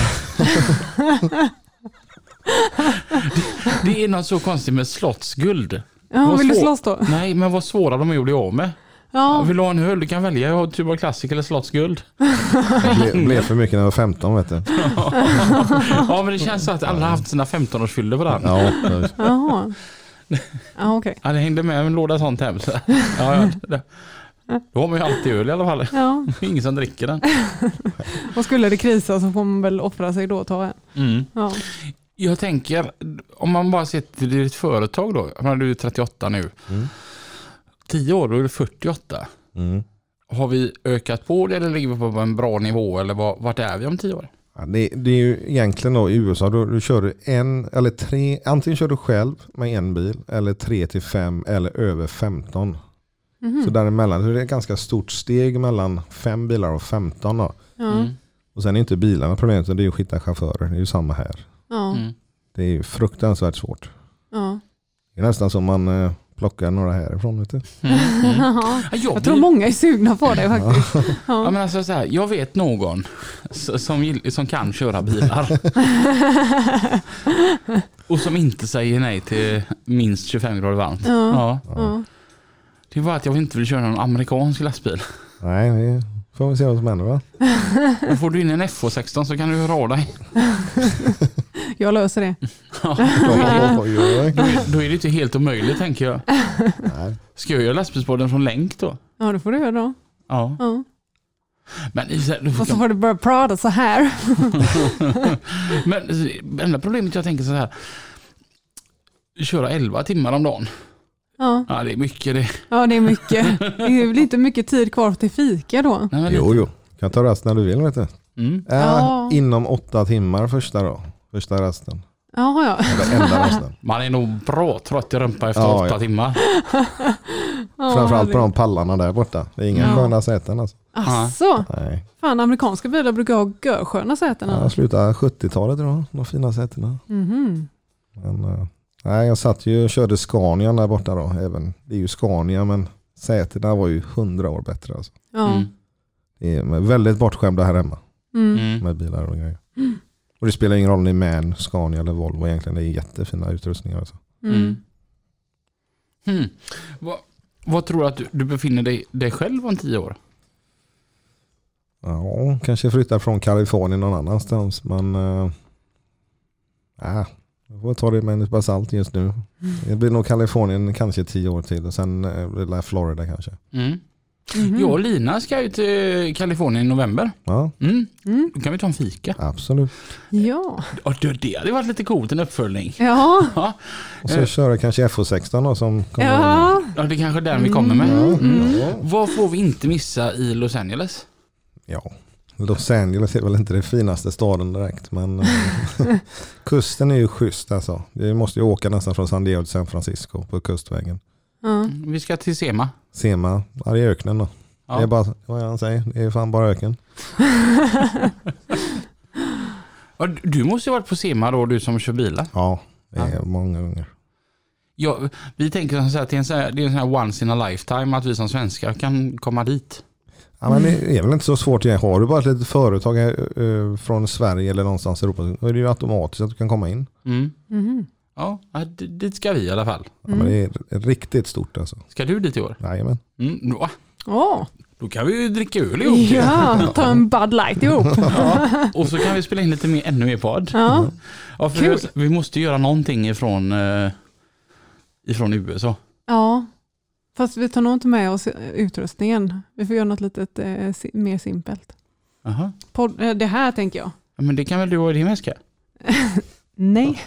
det, det är något så konstigt med slottsguld. Ja, Vad vill du svår- slåss då? Nej, men vad svåra de är att bli av med. Ja, Vill du ha en öl? Du kan välja. Jag har Tuborg Classic eller slottsguld. Det blev, blev för mycket när jag var femton vet du. Ja, men det känns så att alla har haft sina femton-årsfyllor på den. Ja. Ja, jaha. Ja, okej. Ja, det hängde med en låda sånt hem. Så. Ja, ja, det. Då har man ju alltid öl i alla fall. Ja, Det är ingen som dricker den. och skulle det krisa så får man väl offra sig då och ta en. Mm. Ja. Jag tänker, om man bara ser till ditt företag då. Jag menar, du är trettioåtta nu. Mm. tio år, då är du fyrtioåtta. mm. Har vi ökat på det eller ligger vi på en bra nivå? Eller var, vart är vi om tio år? Ja, det, det är ju egentligen då i U S A då du kör du en eller tre, antingen kör du själv med en bil eller tre till fem eller över femton. Mhm. Så däremellan så är det ett ganska stort steg mellan fem bilar och femton då. Ja. Mm. Och sen är inte bilarna problemet, det är ju att hitta chaufförer. Det är ju samma här. Ja. Mm. Det är ju fruktansvärt svårt. Ja. Det är nästan som man eh, plockar några härifrån vet du. Mm. Mm. Ja. Jag, Jag tror många är sugna på det faktiskt. Ja, Ja. men alltså så här, jag vet någon s- som, gill- som kan köra bilar och som inte säger nej till minst tjugofem grader varmt. Ja. Ja. Ja. Det är bara att jag inte vill köra någon amerikansk lastbil. Nej, det får vi se vad som händer va? Och får du in en F H sexton så kan du höra av dig. Jag löser det. Oj, oj, oj. Då är, då är det inte helt omöjligt tänker jag. Nej. Ska jag göra lastbilspodden från länk då? Ja, det får du göra då. Ja. Ja. Men, du Och så kan, får du börja prata så här. men enda problemet jag tänker så här. Köra elva timmar om dagen. Ja. Ja, det är mycket det. Ja, det är mycket. Det är väl inte mycket tid kvar till fika då. Nej, men Jo, lite. jo. Kan ta rast när du vill vet du. Mm. Äh, Ja. Inom åtta timmar första då. Första rasten. Jaha, ja. Eller enda rasten. Man är nog bra trött i rumpa efter Ja, åtta ja. timmar. Ja, Framförallt på det- de pallarna där borta. Det är inga Ja. sköna säten alltså. Asså, Nej. fan amerikanska bilar brukar ha görsköna säten. Ja, sluta sjuttiotalet då. De fina sätena. Mhm. Men, uh, nej, jag satt ju och körde Scania där borta då. Även, det är ju Scania men sätena var ju hundra år bättre alltså. Ja. Mm. Det är väldigt bortskämda här hemma Mm. Mm. med bilar och grejer. Och det spelar ingen roll om det är Man, Scania eller Volvo egentligen. Det är jättefina utrustningar alltså. Mm. Mm. Hmm. Vad, vad tror du att du, du befinner dig, dig själv om tio år? Ja, kanske flytta från Kalifornien någon annanstans. Men uh, äh, jag får ta det med en nypa salt just nu. Det blir nog Kalifornien kanske tio år till. Och sen uh, blir det Florida kanske. Mm. Mhm. Jag och Lina ska ju till Kalifornien i november. Ja, Mm. Mm. Då kan vi ta en fika. absolut. Ja. Och det, det hade varit lite coolt, en uppföljning. Ja. Ja, Och så Eh. köra kanske F H sexton då som kommer. Ja. ja det är kanske där vi kommer med. Ja, Mm. ja. Vad får vi inte missa i Los Angeles? Ja, Los Angeles är väl inte det finaste staden direkt. Men eh, kusten är ju schysst alltså. Vi måste ju åka nästan från San Diego till San Francisco på kustvägen. Ja. Vi ska till Sema. Sema, ja det är öknen då. Ja. Det är bara, vad han säger, det är fan bara öken. Ja, du måste ju ha varit på Sema då, du som kör bilar. Ja, det är Ja. många gånger. Ja, vi tänker så här, det är en sån här, det är en sån här once in a lifetime att vi som svenskar kan komma dit. Ja, men det är väl inte så svårt egentligen. Har du bara ett litet företag här, eh, från Sverige eller någonstans i Europa, då är det ju automatiskt att du kan komma in. Mm. Mhm. Ja, d- dit ska vi i alla fall. Ja, men det är riktigt stort alltså. Ska du dit i år? Jajamän. Mm, då, Åh, då kan vi ju dricka öl ihop. ja, ta en Bud Light ihop. Ja, och så kan vi spela in lite mer, ännu mer podd. Ja, Ja, för Kul. vi måste göra någonting ifrån, eh, ifrån U S A. ja. Fast vi tar nog inte med oss utrustningen. Vi får göra något litet eh, si- mer simpelt. Aha. Pod- eh, det här tänker jag. Ja, men det kan väl du ha i din väska? Nej.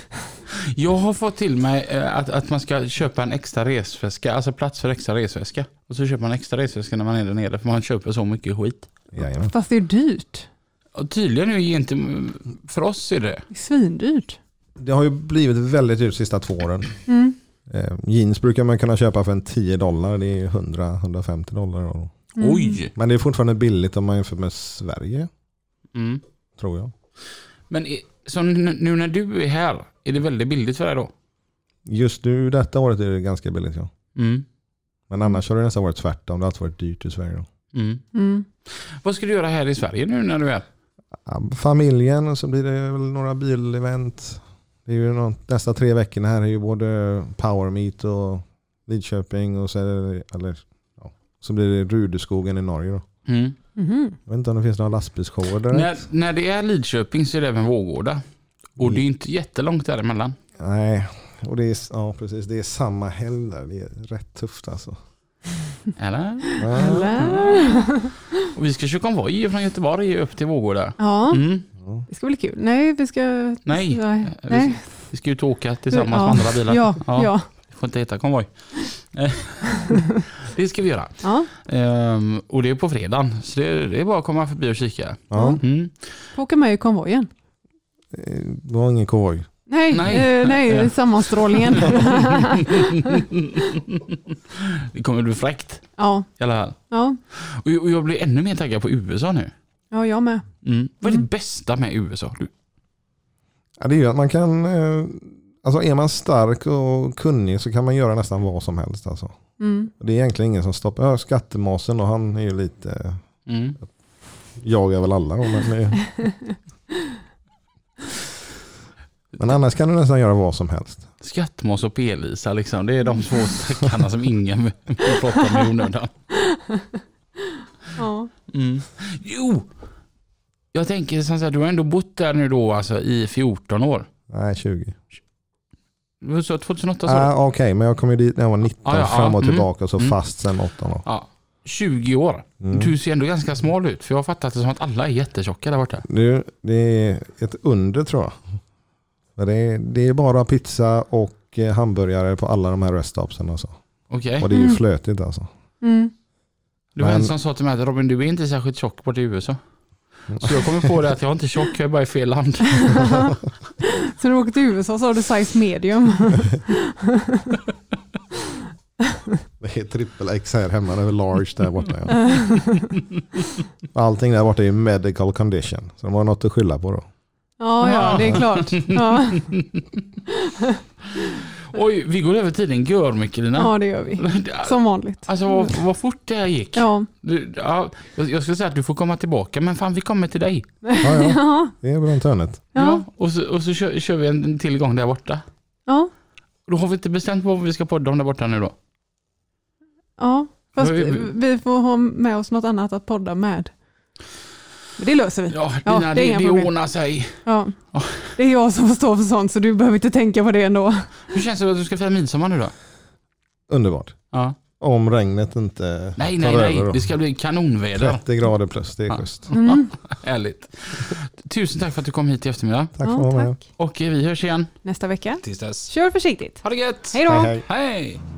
Jag har fått till mig eh, att, att man ska köpa en extra resväska, alltså plats för extra resväska. Och så köper man extra resväska när man är där nere, för man köper så mycket skit. Jajamän. Fast det är dyrt. Och tydligen är det inte, för oss är det. Det är svindyrt. Det har ju blivit väldigt dyrt de sista två åren. Mm. Eh, jeans brukar man kunna köpa för en tio dollar. Det är hundra till hundrafemtio dollar. Då. Mm. Oj! Men det är fortfarande billigt om man jämför med Sverige, Mm. tror jag. Men i- så nu nu när du är här, är det väldigt billigt för dig då? Just nu detta året är det ganska billigt, ja. Mm. Men annars har det nästan varit tvärtom. Det har alltid varit dyrt i Sverige då. Mm. Mm. Vad ska du göra här i Sverige nu när du är? Ja, familjen, och så blir det väl några bilevent. Det är ju någon, nästa tre veckorna här är ju både Power Meet och Lidköping och så, är det, eller, ja, så blir det Rudeskogen i Norge då. Mm. Mhm. Jag vet inte om det finns några lastbilsshower där. När, när det är Lidköping så är det även Vårgårda. Och det är inte jättelångt däremellan. Nej, och det är, ja, precis, det är samma helg där. Det är rätt tufft alltså. Eller? Ja. Eller? Och vi ska köra konvoj från Göteborg upp till Vårgårda. Ja, Mm. det ska bli kul. Nej, vi ska... Nej. Nej. Vi, Nej. vi ska ut och åka tillsammans Ja. med andra bilar. Ja, ja. ja. Det får inte heta konvoj. Eh, det ska vi göra. ja. Ehm, och det är på fredagen. Så det, det är bara att komma förbi och kika. Ja, Mm. Får åka med i konvojen. det var ingen konvoj. Nej, Nej. nej, eh, nej Ja. sammanstrålningen. Det kommer bli fräckt ja, i alla fall. ja. Och, och jag blir ännu mer taggad på U S A nu. ja, jag med. Mm. Vad är det Mm. bästa med U S A? Du, Ja, det är ju att man kan, eh, alltså är man stark och kunnig så kan man göra nästan vad som helst alltså. Mm. Det är egentligen ingen som stoppar. Ja, skattemasen och han är ju lite, mm. jagar väl alla. Men, eh, men annars kan du nästan göra vad som helst. Skattmås och P-Lisa liksom. Det är de två stackarna som ingen vill prata om i onödan. Ja. Mm. Jo! Jag tänker så här, du har ändå bott där nu då alltså i fjorton år. Nej, tjugo. Du var så tjugohundraåtta så. Ah, Okej, okay, men jag kom ju dit när jag var nitton, Ah, ja, fram och mm. tillbaka och så Mm. fast sen åtta år. Ja, tjugo år. Mm. Du ser ändå ganska smal ut. För jag har fattat det som att alla är jättetjocka där borta. Det, det är ett under tror jag. För det, är, det är bara pizza och eh, hamburgare på alla de här reststopsen och så. Okej. Och det är ju Mm. flötigt alltså. Mm. Det var Men- en som sa till mig att Robin, du är inte särskilt tjock bort i U S A. Så jag kommer på det att jag är inte tjock, jag är bara i fel land. Så när du åkte till U S A så har du size medium. Det är trippel X här hemma, det är large där borta. Ja. Allting där borta är medical condition. Så de har något att skylla på då. Ja, ja, det är klart. Ja, Oj, vi går över tiden. Gör mycket Lina. ja det gör vi. Som vanligt. Alltså vad, vad fort det här gick. Ja, Du, ja, jag, jag skulle säga att du får komma tillbaka, men fan vi kommer till dig. Ja, ja, ja, det är bra en törnet. ja, och så, och så kör, kör vi en till gång där borta. ja. Då har vi inte bestämt vad vi ska podda om där borta nu då. ja. Fast Men vi- vi får ha med oss något annat att podda med. Men det löser vi. Ja, Ja, Lina, det är det, inga det problem. ordnar sig. Ja. Det är jag som får stå för sånt så du behöver inte tänka på det ändå. Hur känns det att du ska fira midsommar nu då? Underbart. Ja. Om regnet inte Nej, tar nej, nej. över då. Det ska bli kanonväder. trettio grader plus, det är Ja. schysst. Mm. Härligt. Tusen tack för att du kom hit i eftermiddag. Tack för Ja, att du var med. tack. Och vi hörs igen. Nästa vecka. Tills dess. Kör försiktigt. Ha det gött. Hej då. Hej, hej. Hej.